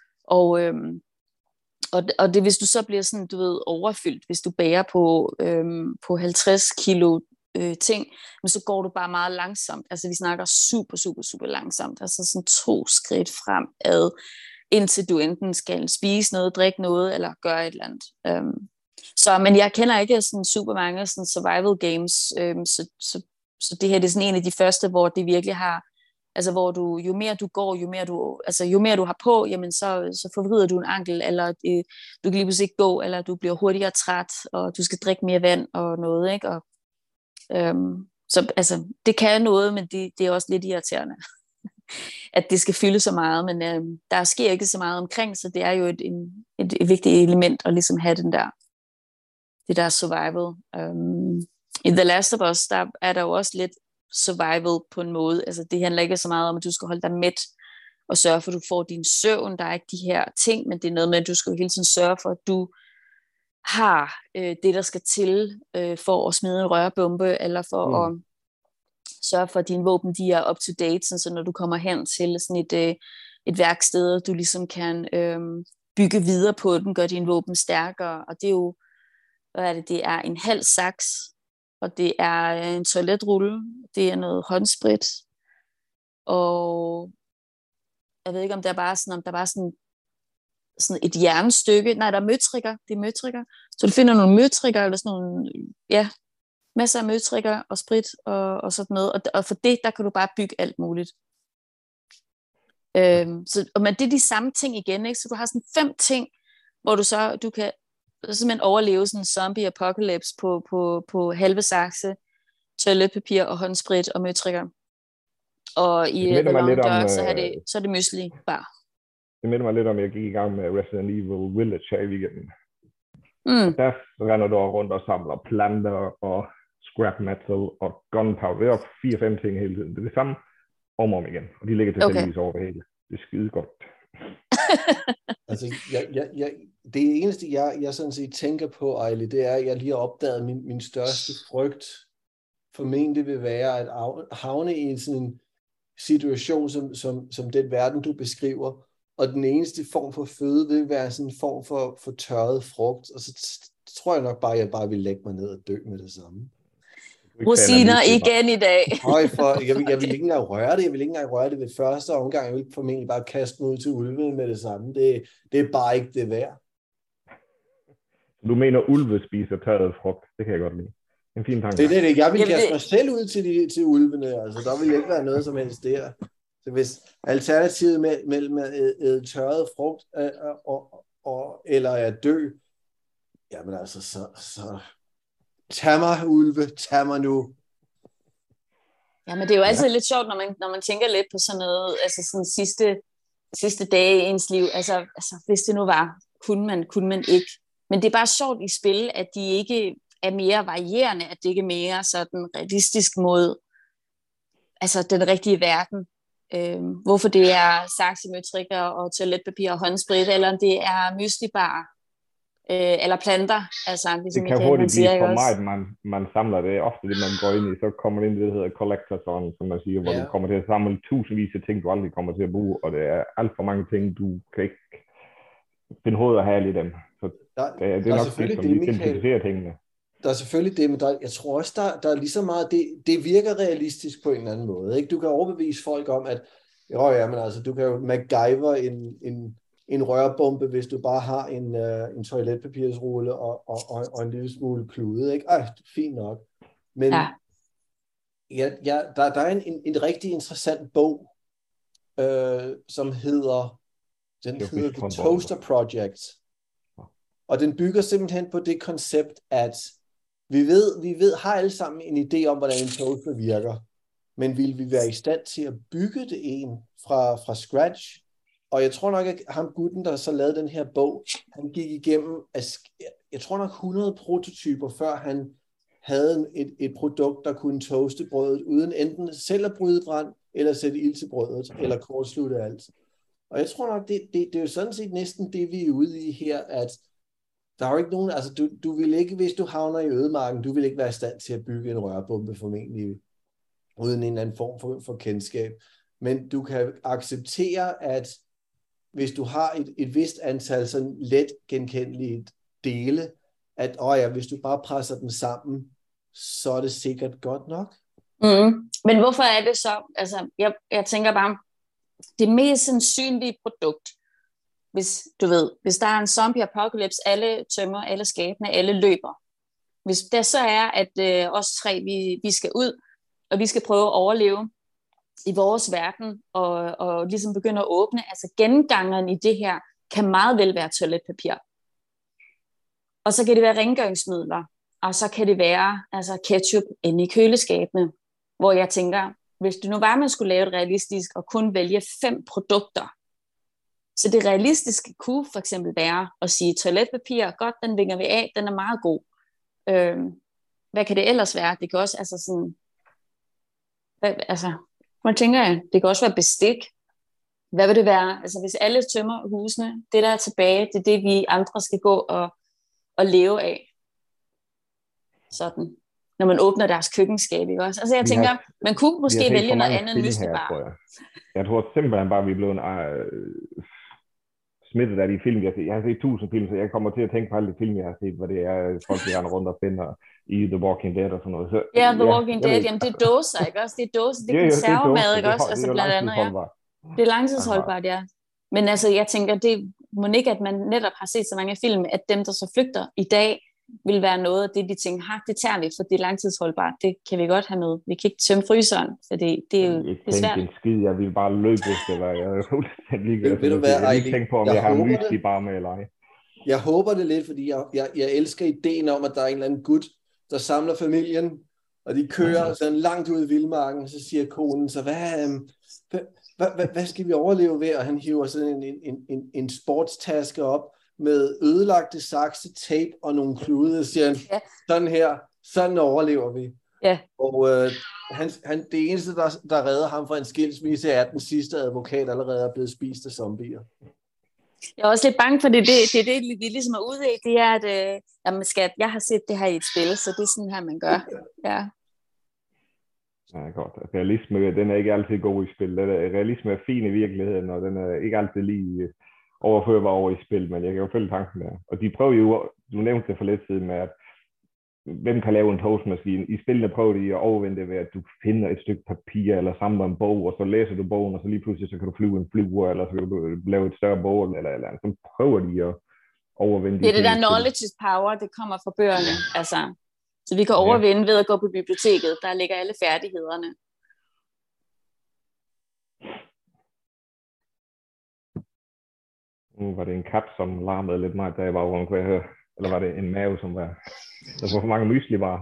S2: Og det, hvis du så bliver sådan, du ved, overfyldt, hvis du bærer på 50 kilo ting, men så går du bare meget langsomt. Altså vi snakker super, super, super langsomt. Altså sådan 2 skridt fremad, indtil du enten skal spise noget, drikke noget, eller gøre et eller andet. Men jeg kender ikke sådan super mange sådan survival games, så det her det er sådan en af de første, hvor det virkelig har, altså hvor du, jo mere du går, jo mere du har på, jamen så forvrider du en ankel, eller du kan lige pludselig ikke gå, eller du bliver hurtigere træt, og du skal drikke mere vand og noget, ikke? Og, så altså, det kan noget, men det er også lidt irriterende, at det skal fylde så meget, men der sker ikke så meget omkring, så det er jo et vigtigt element at ligesom have den der det der survival. I The Last of Us, der er der jo også lidt survival på en måde. Altså det handler ikke så meget om, at du skal holde dig mæt og sørge for, at du får din søvn. Der er ikke de her ting, men det er noget med, at du skal hele tiden sørge for, at du har det, der skal til for at smide en rørbombe, eller for at sørge for, at dine våben de er up to date, så når du kommer hen til sådan et værksted, du ligesom kan bygge videre på den, gøre dine våben stærkere. Og det er jo, hvad er det? Det er en halv saks, og det er en toiletrulle, det er noget håndsprit, og jeg ved ikke, om der er bare sådan et jernstykke. Nej, der er møtrikker. Det er møtrikker. Så du finder nogle møtrikker, eller sådan nogle, ja, masser af møtrikker og sprit og sådan noget. Og for det, der kan du bare bygge alt muligt. Men det er de samme ting igen, ikke? Så du har sådan 5 ting, hvor du kan simpelthen overleve sådan en zombie apocalypse på halve sakse, toiletpapir og håndsprit og møtrikker. Og i The Long Dark, så er det mysli bare.
S3: Det minder mig lidt om, at jeg gik i gang med Resident Evil Village her i weekenden. Der render du rundt og samler planter og scrap metal og gunpowder. Det er 4-5 ting hele tiden. Det er det samme om og om igen. Og de ligger tilfældigvis over det hele. Det er skide godt.
S1: Altså, det eneste, jeg sådan set tænker på, Ejli, det er, at jeg lige har opdaget, min største frygt formentlig vil være at havne i sådan en situation, som den verden, du beskriver, og den eneste form for føde vil være sådan en form for tørret frugt, og så tror jeg nok bare, at jeg bare vil lægge mig ned og dø med det samme.
S2: Rosiner igen i dag.
S1: Jeg vil ikke engang røre det. Jeg vil ikke engang røre det ved første omgang. Jeg vil formentlig bare kaste mig ud til ulvene med det samme. Det er bare ikke det værd.
S3: Du mener, ulve spiser tørret frugt? Det kan jeg godt lide. En fin tanke.
S1: Det. Jeg vil kaste mig selv ud til ulvene. Altså, der vil ikke være noget som helst der. Så hvis alternativet mellem at æde tørret frugt eller at dø, jamen altså, så tag mig, ulve, tag mig nu.
S2: Ja, men det er jo altid lidt sjovt, når man tænker lidt på sådan noget, altså sådan sidste dage i ens liv, altså hvis det nu var, kunne man ikke. Men det er bare sjovt i spil, at de ikke er mere varierende, at det ikke er mere sådan realistisk mod altså den rigtige verden. Hvorfor det er saksemøtrikker og toiletpapir og håndsprit, eller om det er myslibar, eller planter. Altså, ligesom
S3: det kan hurtigt blive for meget, man samler det. Ofte det, man går ind i, så kommer det ind i det, der hedder collectorson, som man siger, hvor du kommer til at samle tusindvis af ting, du aldrig kommer til at bruge, og det er alt for mange ting, du kan ikke finde hoved og hale i dem. Så det er nok det, som vi simplificerer tingene.
S1: Der er selvfølgelig det, men jeg tror også, der er lige så meget, det virker realistisk på en eller anden måde. Ikke? Du kan overbevise folk om, at men altså, du kan jo MacGyver en rørbombe, hvis du bare har en toiletpapirsrulle og en lille smule klude. Ikke? Fint nok. Men der er en rigtig interessant bog, som hedder The Toaster Project. Og den bygger simpelthen på det koncept, at vi har alle sammen en idé om, hvordan en toaster virker. Men vil vi være i stand til at bygge det fra scratch? Og jeg tror nok, at ham gutten, der så lavede den her bog, han gik igennem, jeg tror nok 100 prototyper, før han havde et produkt, der kunne toaste brødet, uden enten selv at bryde brand, eller sætte ild til brødet, eller kortslutte alt. Og jeg tror nok, det er jo sådan set næsten det, vi er ude i her, at der er jo ikke nogen, altså du vil ikke, hvis du havner i ødemarken, du vil ikke være i stand til at bygge en rørbombe formentlig, uden en eller anden form for kendskab. Men du kan acceptere, at hvis du har et vist antal sådan let genkendelige dele, at hvis du bare presser dem sammen, så er det sikkert godt nok.
S2: Men hvorfor er det så? Altså, jeg tænker bare, det mest sandsynlige produkt, hvis der er en zombie apocalypse, alle tømmer, alle skabene, alle løber. Hvis der så er, at os 3, vi skal ud, og vi skal prøve at overleve i vores verden, og ligesom begynde at åbne, altså gengangeren i det her, kan meget vel være toiletpapir. Og så kan det være rengøringsmidler, og så kan det være altså ketchup inde i køleskabene, hvor jeg tænker, hvis det nu var, man skulle lave det realistisk, og kun vælge 5 produkter, så det realistiske kunne for eksempel være at sige, toiletpapir, godt, den vinger vi af, den er meget god. Hvad kan det ellers være? Det kan også, altså sådan, man tænker jeg, det kan også være bestik. Hvad vil det være? Altså hvis alle tømmer husene, det der er tilbage, det er det, vi andre skal gå og leve af. Sådan. Når man åbner deres køkkenskab, ikke også? Altså jeg tænker, man kunne måske vælge noget andet end myslibar.
S3: Jeg tror simpelthen bare, vi er blevet smittet af de film, jeg har set 1000 film, så jeg kommer til at tænke på alle de film, jeg har set, hvor det er folk, der render rundt og finder i The Walking Dead og sådan noget. Så,
S2: ja, The Walking Dead, jamen det er dåser, ikke også? Det er dåser, det er konservemad, ikke også? Altså blandt andet, ja. Det er langtidsholdbart, ja. Men altså, jeg tænker, det må ikke, at man netop har set så mange film, at dem, der så flygter i dag, vil være noget af det, de tænker, det tager vi, for det er langtidsholdbart. Det kan vi godt have med. Vi kan ikke tømme fryseren, så det er jo det er svært.
S3: En skid, jeg vil bare løbe efter dig. Jeg er fuldstændig ligeglad. Jeg vil ikke tænke på, om jeg har mysli bare med eller ej.
S1: Jeg håber det lidt, fordi jeg elsker ideen om, at der er en eller anden gut, der samler familien, og de kører sådan langt ud i vildmarken, og så siger konen, så hvad skal vi overleve ved? Og han hiver sådan en sportstaske op, med ødelagte sakse, tape og nogle klude, og siger han, sådan her, sådan overlever vi.
S2: Ja.
S1: Og det eneste, der redder ham fra en skilsmisse, er, at den sidste advokat allerede er blevet spist af zombier.
S2: Jeg er også lidt bange for, det vi ligesom er ude i, det er, at jamen skat, jeg har set det her i et spil, så det er sådan her, man gør. Ja.
S3: Ja, godt. Realisme, den er ikke altid god i spil. Realisme er fin i virkeligheden, og den er ikke altid lige overførbar over i spil, men jeg kan jo følge tanken der. Og de prøver jo, du nævnte det for lidt siden med, at hvem kan lave en toastmaskine? I spillene prøver de at overvinde ved, at du finder et stykke papir, eller samler en bog, og så læser du bogen, og så lige pludselig så kan du flyve en flyver, eller så kan du lave et større bål, eller så prøver de at overvinde.
S2: Det er det der knowledge is power, det kommer fra bøgerne. Altså, så vi kan overvinde ved at gå på biblioteket, der ligger alle færdighederne.
S3: Nu var det en kat, som larmede lidt meget, da jeg var over, kunne jeg høre. Eller var det en mave, som var... Der var for mange myslivarer.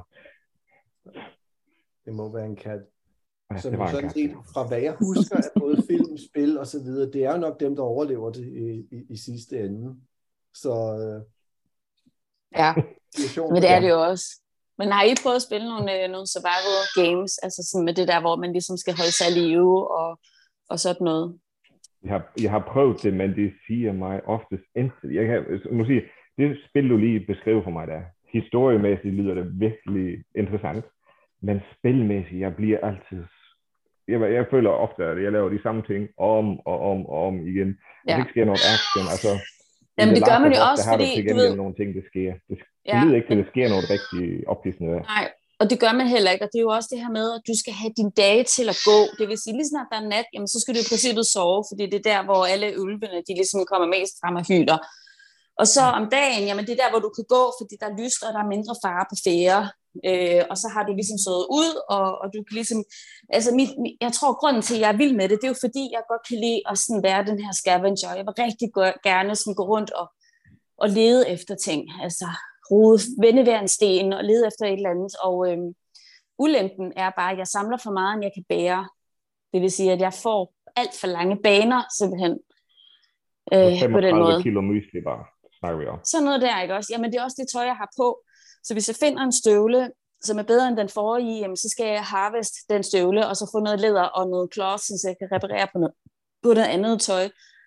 S1: Det må være en kat.
S3: Ja,
S1: som sådan set, fra hvad jeg husker af både film, spil og så videre, det er jo nok dem, der overlever det i sidste ende. Så...
S2: ja, men det er det jo også. Men har I prøvet at spille nogle survival games, altså sådan med det der, hvor man ligesom skal holde sig i live og sådan noget?
S3: Jeg har prøvet det, men det siger mig oftest intet. Jeg kan sige, det spil, du lige beskrev for mig der, historiemæssigt lyder det virkelig interessant, men spilmæssigt, jeg bliver altid... Jeg føler ofte, at jeg laver de samme ting om igen. Hvis ikke sker noget action, altså...
S2: Jamen det gør man jo også, fordi
S3: du ved... nogle ting, det sker. Det lyder ikke til, at det sker noget rigtig ophidsende der.
S2: Nej, og det gør man heller ikke, og det er jo også det her med, at du skal have dine dage til at gå. Det vil sige, lige snart der er nat, jamen, så skal du i princippet sove, fordi det er der, hvor alle ulvene, de ligesom kommer mest frem og hyler. Og så om dagen, jamen det er der, hvor du kan gå, fordi der er lyst, og der er mindre fare på fære. Og så har du ligesom sået ud, og du kan ligesom... Altså, jeg tror, grunden til, at jeg er vild med det, det er jo fordi, jeg godt kan lide at sådan være den her scavenger. Jeg vil rigtig gerne sådan gå rundt og lede efter ting. Altså, vende hver en sten og lede efter et eller andet. Og ulempen er bare, at jeg samler for meget, end jeg kan bære. Det vil sige, at jeg får alt for lange baner, simpelthen. På den måde.
S3: Kilo mysli bare, snakker vi om.
S2: Sådan noget der, ikke også? Jamen, det er også det tøj, jeg har på. Så hvis jeg finder en støvle, som er bedre end den forrige, jamen, så skal jeg harvest den støvle, og så få noget læder og noget cloth, så jeg kan reparere på noget andet tøj.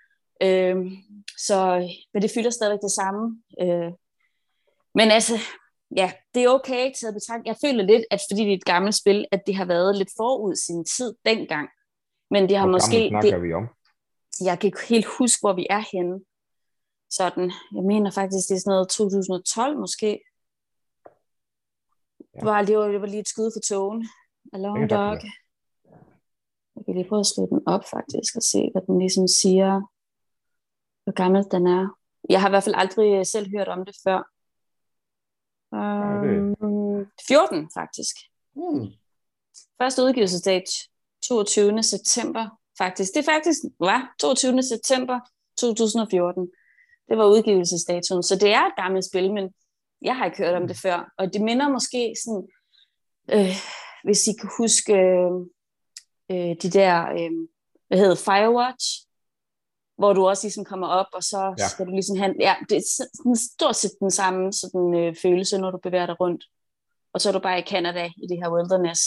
S2: Men det fylder stadig det samme. Men altså, ja, det er okay til at betragte. Jeg føler lidt, at fordi det er et gammelt spil, at det har været lidt forud sin tid dengang. Men det har måske...
S3: snakker vi om?
S2: Jeg kan ikke helt huske, hvor vi er henne. Sådan, jeg mener faktisk, det er sådan noget 2012 måske. Ja. Det var lige et skud for togen. A long dog. Jeg kan lige prøve at slå den op faktisk, og se, hvad den ligesom siger, hvor gammel den er. Jeg har i hvert fald aldrig selv hørt om det før. 14 faktisk. Første udgivelsesdato 22. september faktisk. Det faktisk var 22. september 2014. Det var udgivelsesdatoen. Så det er et gammelt spil, men jeg har ikke hørt om det før. Og det minder måske sådan, hvis I kan huske de der, hvad hedder Firewatch? hvor du også ligesom kommer op, og så skal du ligesom have, det er stort set den samme sådan, følelse, når du bevæger dig rundt. Og så er du bare i Canada, i det her wilderness.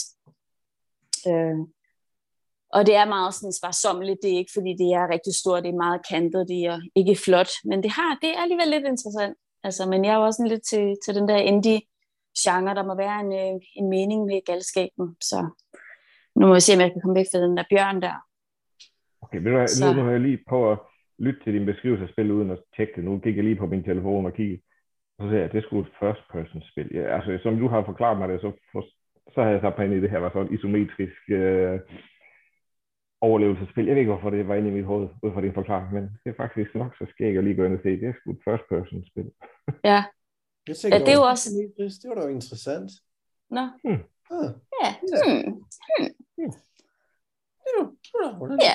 S2: Og det er meget sådan sparsommeligt, det er ikke, fordi det er rigtig stort, det er meget kantet, det er ikke flot, men det er alligevel lidt interessant. Altså, men jeg er jo også lidt til den der indie-genre, der må være en mening med galskaben, så nu må vi se, om jeg kan komme væk fra den der bjørn der.
S3: Okay, nu har jeg lige prøvet at lytte til din beskrivelse af spil uden at tjekke det. Nu gik jeg lige på min telefon og kiggede, og så sagde jeg, at det skulle et first-person spil. Ja, altså, som du har forklaret mig det, så havde jeg så på ind i det her, var så et isometrisk overlevelsesspil. Jeg ved ikke, hvorfor det var inde i mit hoved, ud fra din forklaring, men det er faktisk nok så skæg at lige gå ind og se. Det er sgu et first-person-spil.
S2: Ja.
S1: Det er jo også... Det var da jo interessant.
S2: Nå. Ja. Ja.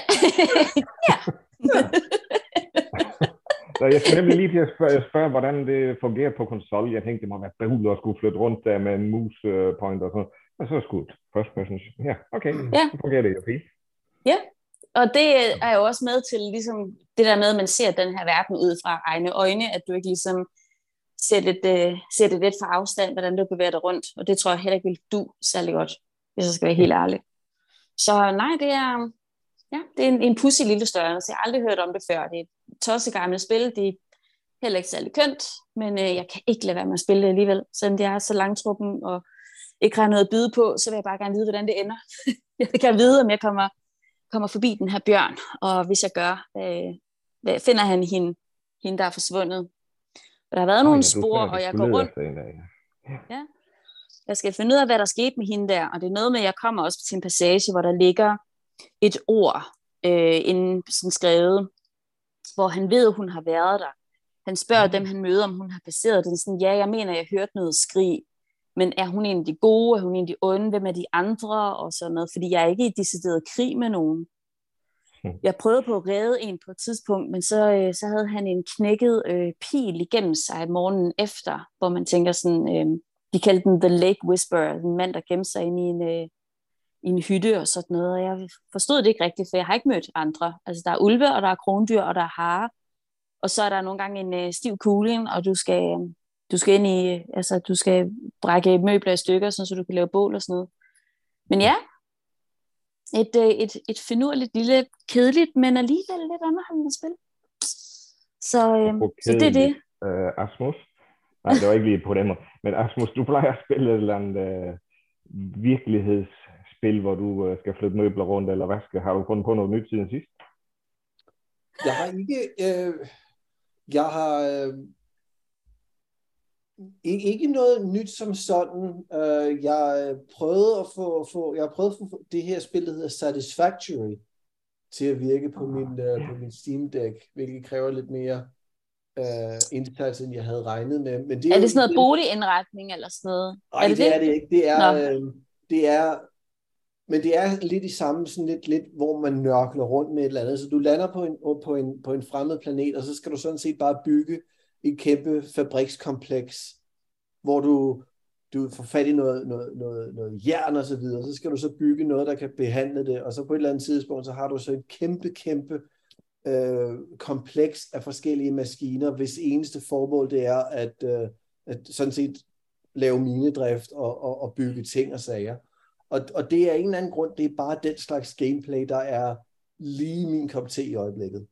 S3: Så jeg skal nemlig lige til at spørge, hvordan det fungerer på konsol. Jeg tænkte, det må være bøvlet at skulle flytte rundt der med en mouse pointer og sådan. Og så er det sgu et first person. Ja, okay. Så fungerer det jo fint.
S2: Ja, og det er jo også med til ligesom det der med, at man ser den her verden ud fra egne øjne, at du ikke ligesom ser det lidt fra afstand, hvordan du bevæger dig rundt. Og det tror jeg heller ikke vil du særlig godt, hvis jeg skal være helt ærlig. Så nej, det er en pudsig lille størrelse. Jeg har aldrig hørt om det før. Det er et tossegammelt spil. Det er heller ikke særlig kønt, men jeg kan ikke lade være med at spille det alligevel. Selvom det er så langtruppen og ikke har noget at byde på, så vil jeg bare gerne vide, hvordan det ender. Jeg vil gerne vide, om jeg kommer forbi den her bjørn, og hvis jeg gør, finder han hende, der er forsvundet. Og der har været nogle spor, og jeg går rundt. Ja. Jeg skal finde ud af, hvad der skete med hende der, og det er noget med, at jeg kommer også til en passage, hvor der ligger et ord sådan skrevet, hvor han ved, at hun har været der. Han spørger dem, han møder, om hun har passeret den. Sådan, ja, jeg mener, jeg hørte noget skrig, men er hun en af de gode, er hun en af de onde, hvem er de andre, og sådan noget, fordi jeg er ikke i decideret krig med nogen. Jeg prøvede på at redde en på et tidspunkt, men så havde han en knækket pil igennem sig morgenen efter, hvor man tænker sådan, de kaldte den The Lake Whisperer, en mand, der gemte sig inde i en hytte og sådan noget, og jeg forstod det ikke rigtigt, for jeg har ikke mødt andre. Altså, der er ulve, og der er krondyr, og der er hare, og så er der nogle gange en stiv kugle, og du skal ind i, altså, du skal brække møbler i stykker, så du kan lave bål og sådan noget. Men ja, et finurligt, lille, kedeligt, men alligevel lidt underholdende spil. Så det er det.
S3: Asmus? Nej, det var ikke lige på den måde. Men Asmus, du plejer at spille et eller andet virkelighedsspil, hvor du skal flytte møbler rundt, eller hvad har du fundet på noget nyt siden sidst?
S1: Jeg har ikke noget nyt som sådan. Jeg prøvede at få det her spil, der hedder Satisfactory, til at virke på min Steam Deck, hvilket kræver lidt mere indsats, end jeg havde regnet med. Men det er
S2: det sådan noget boligindretning eller sådan noget?
S1: Nej, det er det ikke. Men det er lidt i samme, sådan lidt, hvor man nørkler rundt med et eller andet. Så du lander på en fremmed planet, og så skal du sådan set bare bygge et kæmpe fabrikskompleks, hvor du får fat i noget jern og så videre. Så skal du så bygge noget, der kan behandle det, og så på et eller andet tidspunkt, så har du så et kæmpe kompleks af forskellige maskiner, hvis eneste formål det er at sådan set lave minedrift og bygge ting og sager. Og det er en eller anden grund, det er bare den slags gameplay, der er lige min kop te i øjeblikket.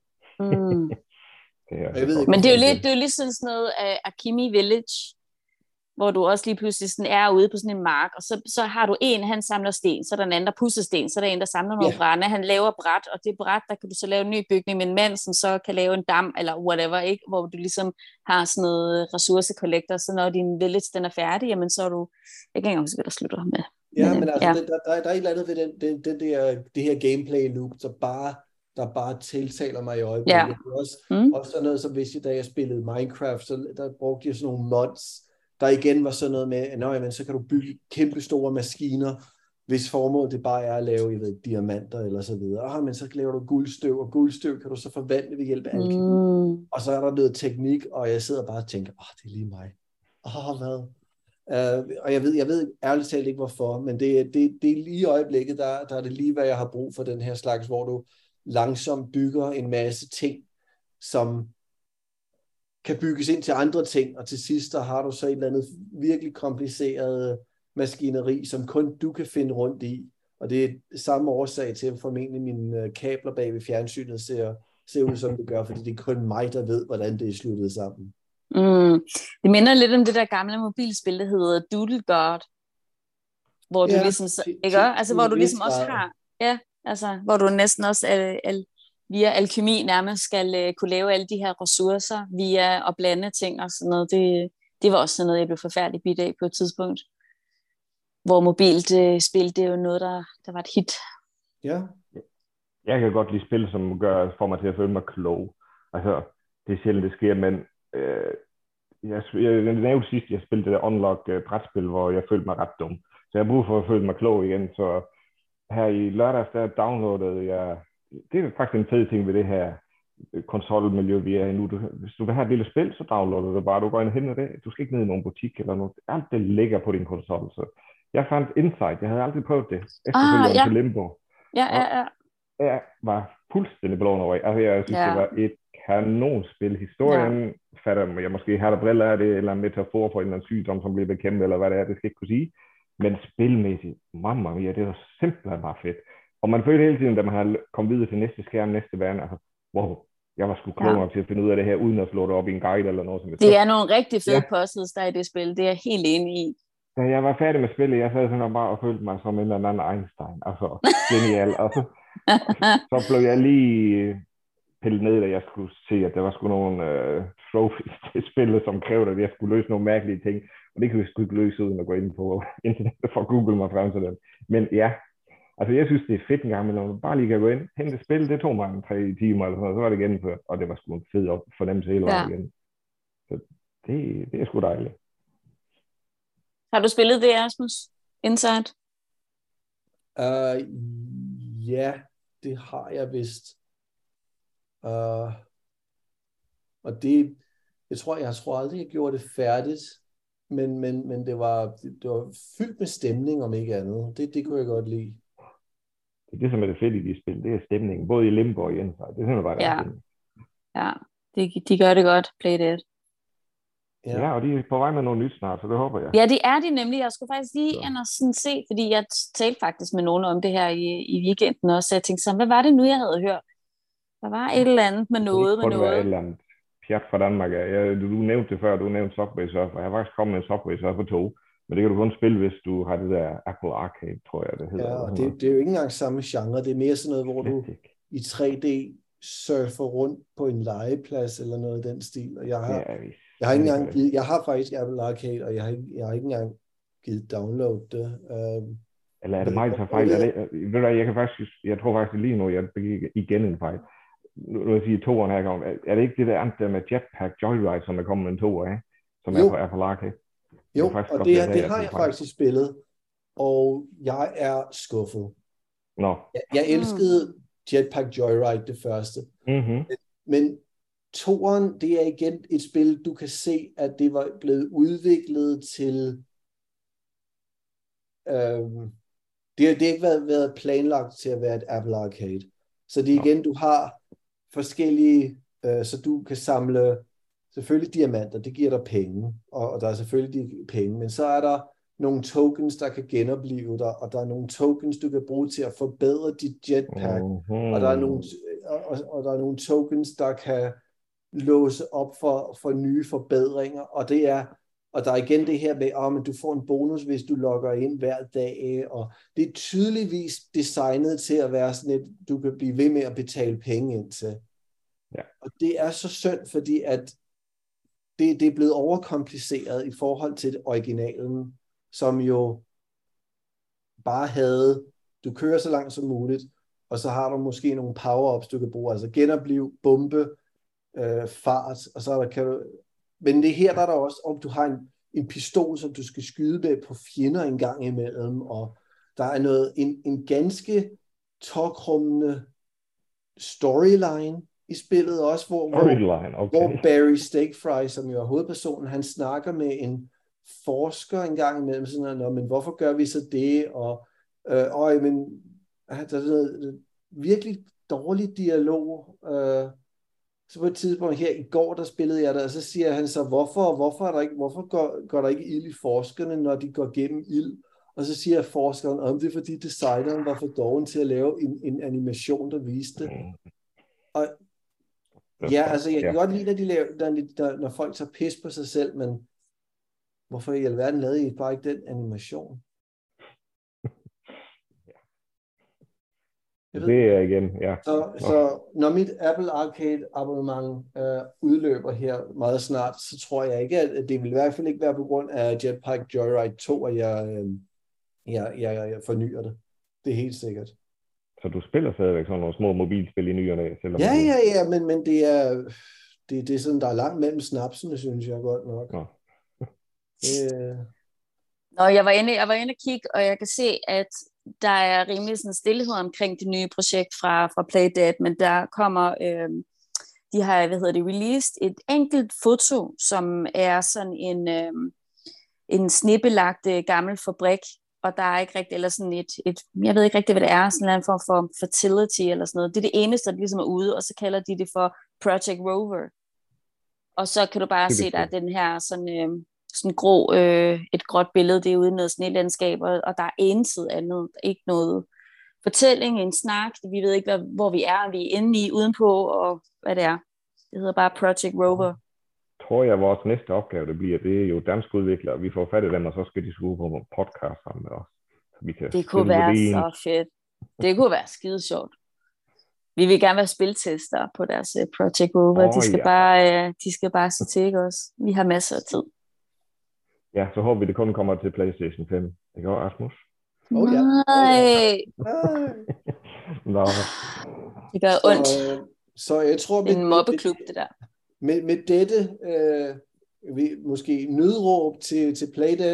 S2: Men det er jo lidt sådan noget af Akimi Village, hvor du også lige pludselig sådan er ude på sådan en mark, og så har du en, han samler sten, så er der en anden, der pusser sten, så er der en, der samler nogle brænde, han laver bræt, og det bræt, der kan du så lave en ny bygning med en mand, som så kan lave en dam, eller whatever, ikke? Hvor du ligesom har sådan noget ressourcekollektor, så når din village, den er færdig, jamen så er du, jeg kan ikke huske, hvad der slutter med.
S1: Ja, men altså, der er et eller andet ved det her gameplay loop, der bare tiltaler mig i øjeblikket. Ja. Også sådan noget, som da jeg spillede Minecraft, så der brugte jeg sådan nogle mods, der igen var sådan noget med, så kan du bygge kæmpe store maskiner, hvis formål det bare er at lave, diamanter eller så videre. Men så laver du guldstøv, og guldstøv kan du så forvandle ved hjælp af alkemi. Og så er der noget teknik, og jeg sidder bare og tænker, det er lige mig. Hvad? Og jeg ved ærligt talt ikke hvorfor, men det er lige i øjeblikket, der er det lige, hvad jeg har brug for, den her slags, hvor du langsomt bygger en masse ting, som kan bygges ind til andre ting, og til sidst der har du så et eller andet virkelig kompliceret maskineri, som kun du kan finde rundt i. Og det er samme årsag til, at formentlig mine kabler bag ved fjernsynet ser ud, som det gør, fordi det er kun mig, der ved, hvordan det er sluttet sammen.
S2: Det minder lidt om det der gamle mobilspil, der hedder Doodle God, hvor du ligesom, ikke? Altså, hvor du ligesom også har, ja, altså, hvor du næsten også via alkemi nærmest skal kunne lave alle de her ressourcer via at blande ting og sådan noget. Det var også sådan noget, jeg blev forfærdeligt bidt af på et tidspunkt. Hvor mobilt spil, det er jo noget, der var et hit.
S1: Ja.
S3: Jeg kan godt lide spil, som får mig til at føle mig klog. Altså, det er sjældent, det sker, men jeg nævnte sidst, jeg spillede det der Unlock brætspil, hvor jeg følte mig ret dum. Så jeg har brug for at føle mig klog igen. Så her i lørdags, der downloadede jeg, det er faktisk en fed ting ved det her konsolmiljø, vi er i nu. Hvis du vil have et lille spil, så downloader du bare. Du går ind og henter det. Du skal ikke ned i nogen butik eller noget. Alt det ligger på din konsol. Så jeg fandt Inside. Jeg havde aldrig prøvet det. Efterfølgende til Limbo.
S2: Ja.
S3: Jeg var fuldstændig blown away. Altså, jeg synes, det var et kanonspil. Historien fatter jeg måske har der briller af det, eller en metafor for en eller anden sygdom, som bliver bekæmpet, eller hvad det er, det skal ikke kunne sige. Men spilmæssigt, mamma mia, det var simpelthen bare fedt. Og man følte hele tiden, da man har kommet videre til næste skærm, næste verden, altså, wow, jeg var sgu klog nok til at finde ud af det her, uden at slå det op i en guide eller noget. Som
S2: det er nogle rigtig fede puzzles, der i det spil, det er jeg helt enig i.
S3: Da jeg var færdig med spillet, jeg sad sådan bare og følte mig som en eller anden Einstein, altså genial. Og så blev jeg lige pillet ned, da jeg skulle se, at der var sgu nogle trophies til spillet, som krævede, at jeg skulle løse nogle mærkelige ting. Og det kan vi sgu ikke løse uden at gå ind på internettet for at google mig frem til dem. Men ja, altså jeg synes, det er fedt en gang, men når man bare lige kan gå ind, hente spil, det tog mig 3 timer, eller sådan noget, så var det gennemført, og det var sgu en fed fornemmelse hele vejen igen. Så det er sgu dejligt.
S2: Har du spillet det, Asmus? Inside?
S1: Ja, det har jeg vist. Og det, jeg tror aldrig, jeg gjorde det færdigt, men det var fyldt med stemning, om ikke andet. Det kunne jeg godt lide.
S3: Det som er det fedt i de spil, det er stemningen, både i Limbo og i Inside. Det er simpelthen bare
S2: de gør det godt, Play Dead.
S3: Ja, og de er på vej med noget nyt snart, så det håber jeg.
S2: Ja, det er de nemlig. Jeg skulle faktisk lige ind og sådan se, fordi jeg talte faktisk med nogen om det her i weekenden også, så jeg tænkte sådan, hvad var det nu, jeg havde hørt? Der var et eller andet med noget. Det kunne være
S3: et eller andet pjat fra Danmark. Du nævnte det før, du nævnte Subway Surfer. Jeg har faktisk kommet med Subway Surfer 2, men det kan du kun spille, hvis du har det der Apple Arcade, tror jeg, det hedder.
S1: Ja, og det er jo ikke engang samme genre. Det er mere sådan noget, hvor du i 3D surfer rundt på en legeplads eller noget i den stil. Og jeg har faktisk Apple Arcade, og jeg har ikke engang givet download det.
S3: Eller er det mig, der tager fejl? Jeg tror faktisk lige nu, jeg begik igen en fejl. Nu vil jeg sige toeren her gang. Er det ikke det der andet med Jetpack Joyride, som er kommet med en toer, som er på Apple Arcade?
S1: Jo, og det har jeg faktisk spillet, og jeg er skuffet. Jeg elskede Jetpack Joyride, det første. Men toeren, det er igen et spil, du kan se, at det var blevet udviklet til... det har ikke været planlagt til at være et Apple Arcade. Så det er igen, du har forskellige... så du kan samle selvfølgelig diamanter, det giver dig penge, og der er selvfølgelig de penge, men så er der nogle tokens, der kan genopleve dig, og der er nogle tokens, du kan bruge til at forbedre dit jetpack, og der er nogle tokens, der kan låse op for nye forbedringer, og der er igen det her med, men du får en bonus, hvis du logger ind hver dag, og det er tydeligvis designet til at være sådan et, du kan blive ved med at betale penge ind til.
S3: Ja. Og
S1: det er så synd, fordi at det er blevet overkompliceret i forhold til originalen, som jo bare havde, du kører så langt som muligt, og så har du måske nogle power-ups, du kan bruge, altså genopliv, bombe, fart, og så kan du... Men det her, der er der også, om du har en pistol, som du skal skyde med på fjender en gang imellem, og der er en ganske tokrummende storyline i spillet også, hvor Barry Stakefry, som jo er hovedpersonen, han snakker med en forsker en gang imellem, sådan, men hvorfor gør vi så det? Og men der er noget virkelig dårlig dialog, Så på et tidspunkt her i går, der spillede jeg der, og så siger han så, hvorfor går der ikke ild i forskerne, når de går gennem ild? Og så siger forskeren, om det er fordi designeren var for doven til at lave en animation, der viste det. Og ja, altså jeg kan godt lide, at de laver, når folk tager pis på sig selv, men hvorfor i alverden lavede I bare ikke den animation?
S3: Det er igen, ja.
S1: Så når mit Apple Arcade abonnement udløber her meget snart, så tror jeg ikke, at det vil i hvert fald ikke være på grund af Jetpack Joyride 2, at jeg fornyer det. Det er helt sikkert.
S3: Så du spiller stadigvæk sådan nogle små mobilspil i ny og næ?
S1: Ja, men det er sådan, der er langt mellem snapsene, synes jeg godt nok.
S3: Nå.
S2: Nå, jeg var inde og kigge, og jeg kan se, at der er rimelig sådan stillhed omkring det nye projekt fra Playdead, men der kommer, de har, released et enkelt foto, som er sådan en snippelagt gammel fabrik, og der er ikke rigtig, eller sådan et jeg ved ikke rigtig, hvad det er, sådan en form for fertility eller sådan noget. Det er det eneste, der ligesom er ude, og så kalder de det for Project Rover. Og så kan du bare se, der er den her sådan grå, et gråt billede, det er ude i noget snelandskab, og der er intet andet, ikke noget fortælling, en snak, vi ved ikke, hvor vi er inde i, udenpå, og hvad det er. Det hedder bare Project Rover.
S3: Tror jeg, vores næste opgave, det er jo danske udviklere, vi får fat i dem, og så skal de skulle på nogle podcast sammen med os.
S2: Det kunne være så fedt. Det kunne være skide sjovt. Vi vil gerne være spiltester på deres Project Rover. De skal bare se til os. Vi har masser af tid.
S3: Ja, så håber vi, det kun kommer til PlayStation 5. Det går, Rasmus?
S1: Ja.
S2: Nej.
S3: Nå.
S2: Det gør ondt.
S1: Så jeg tror,
S2: det er en mobbeklub, det der.
S1: Med dette måske nødråb til Playdead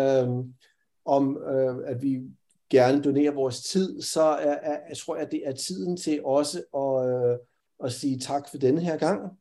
S1: om, at vi gerne donerer vores tid, så jeg tror jeg, det er tiden til også at sige tak for denne her gang.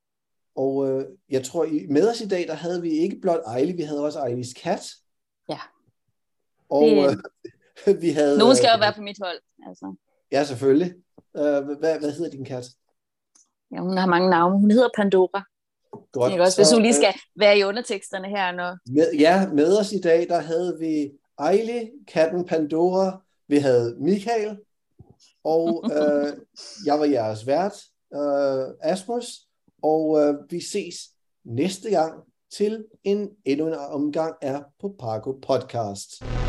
S1: Og jeg tror, med os i dag, der havde vi ikke blot Ejli, vi havde også Ejlis kat.
S2: Ja.
S1: Og vi havde...
S2: Nogen skal jo være på mit hold. Altså.
S1: Ja, selvfølgelig. Hvad hedder din kat?
S2: Ja, hun har mange navne. Hun hedder Pandora.
S1: Godt.
S2: Også, hvis hun lige skal være i underteksterne her.
S1: Med os i dag, der havde vi Ejli, katten Pandora, vi havde Michael, og jeg var jeres vært, Asmus, og vi ses næste gang til endnu en omgang af Papago Podcast.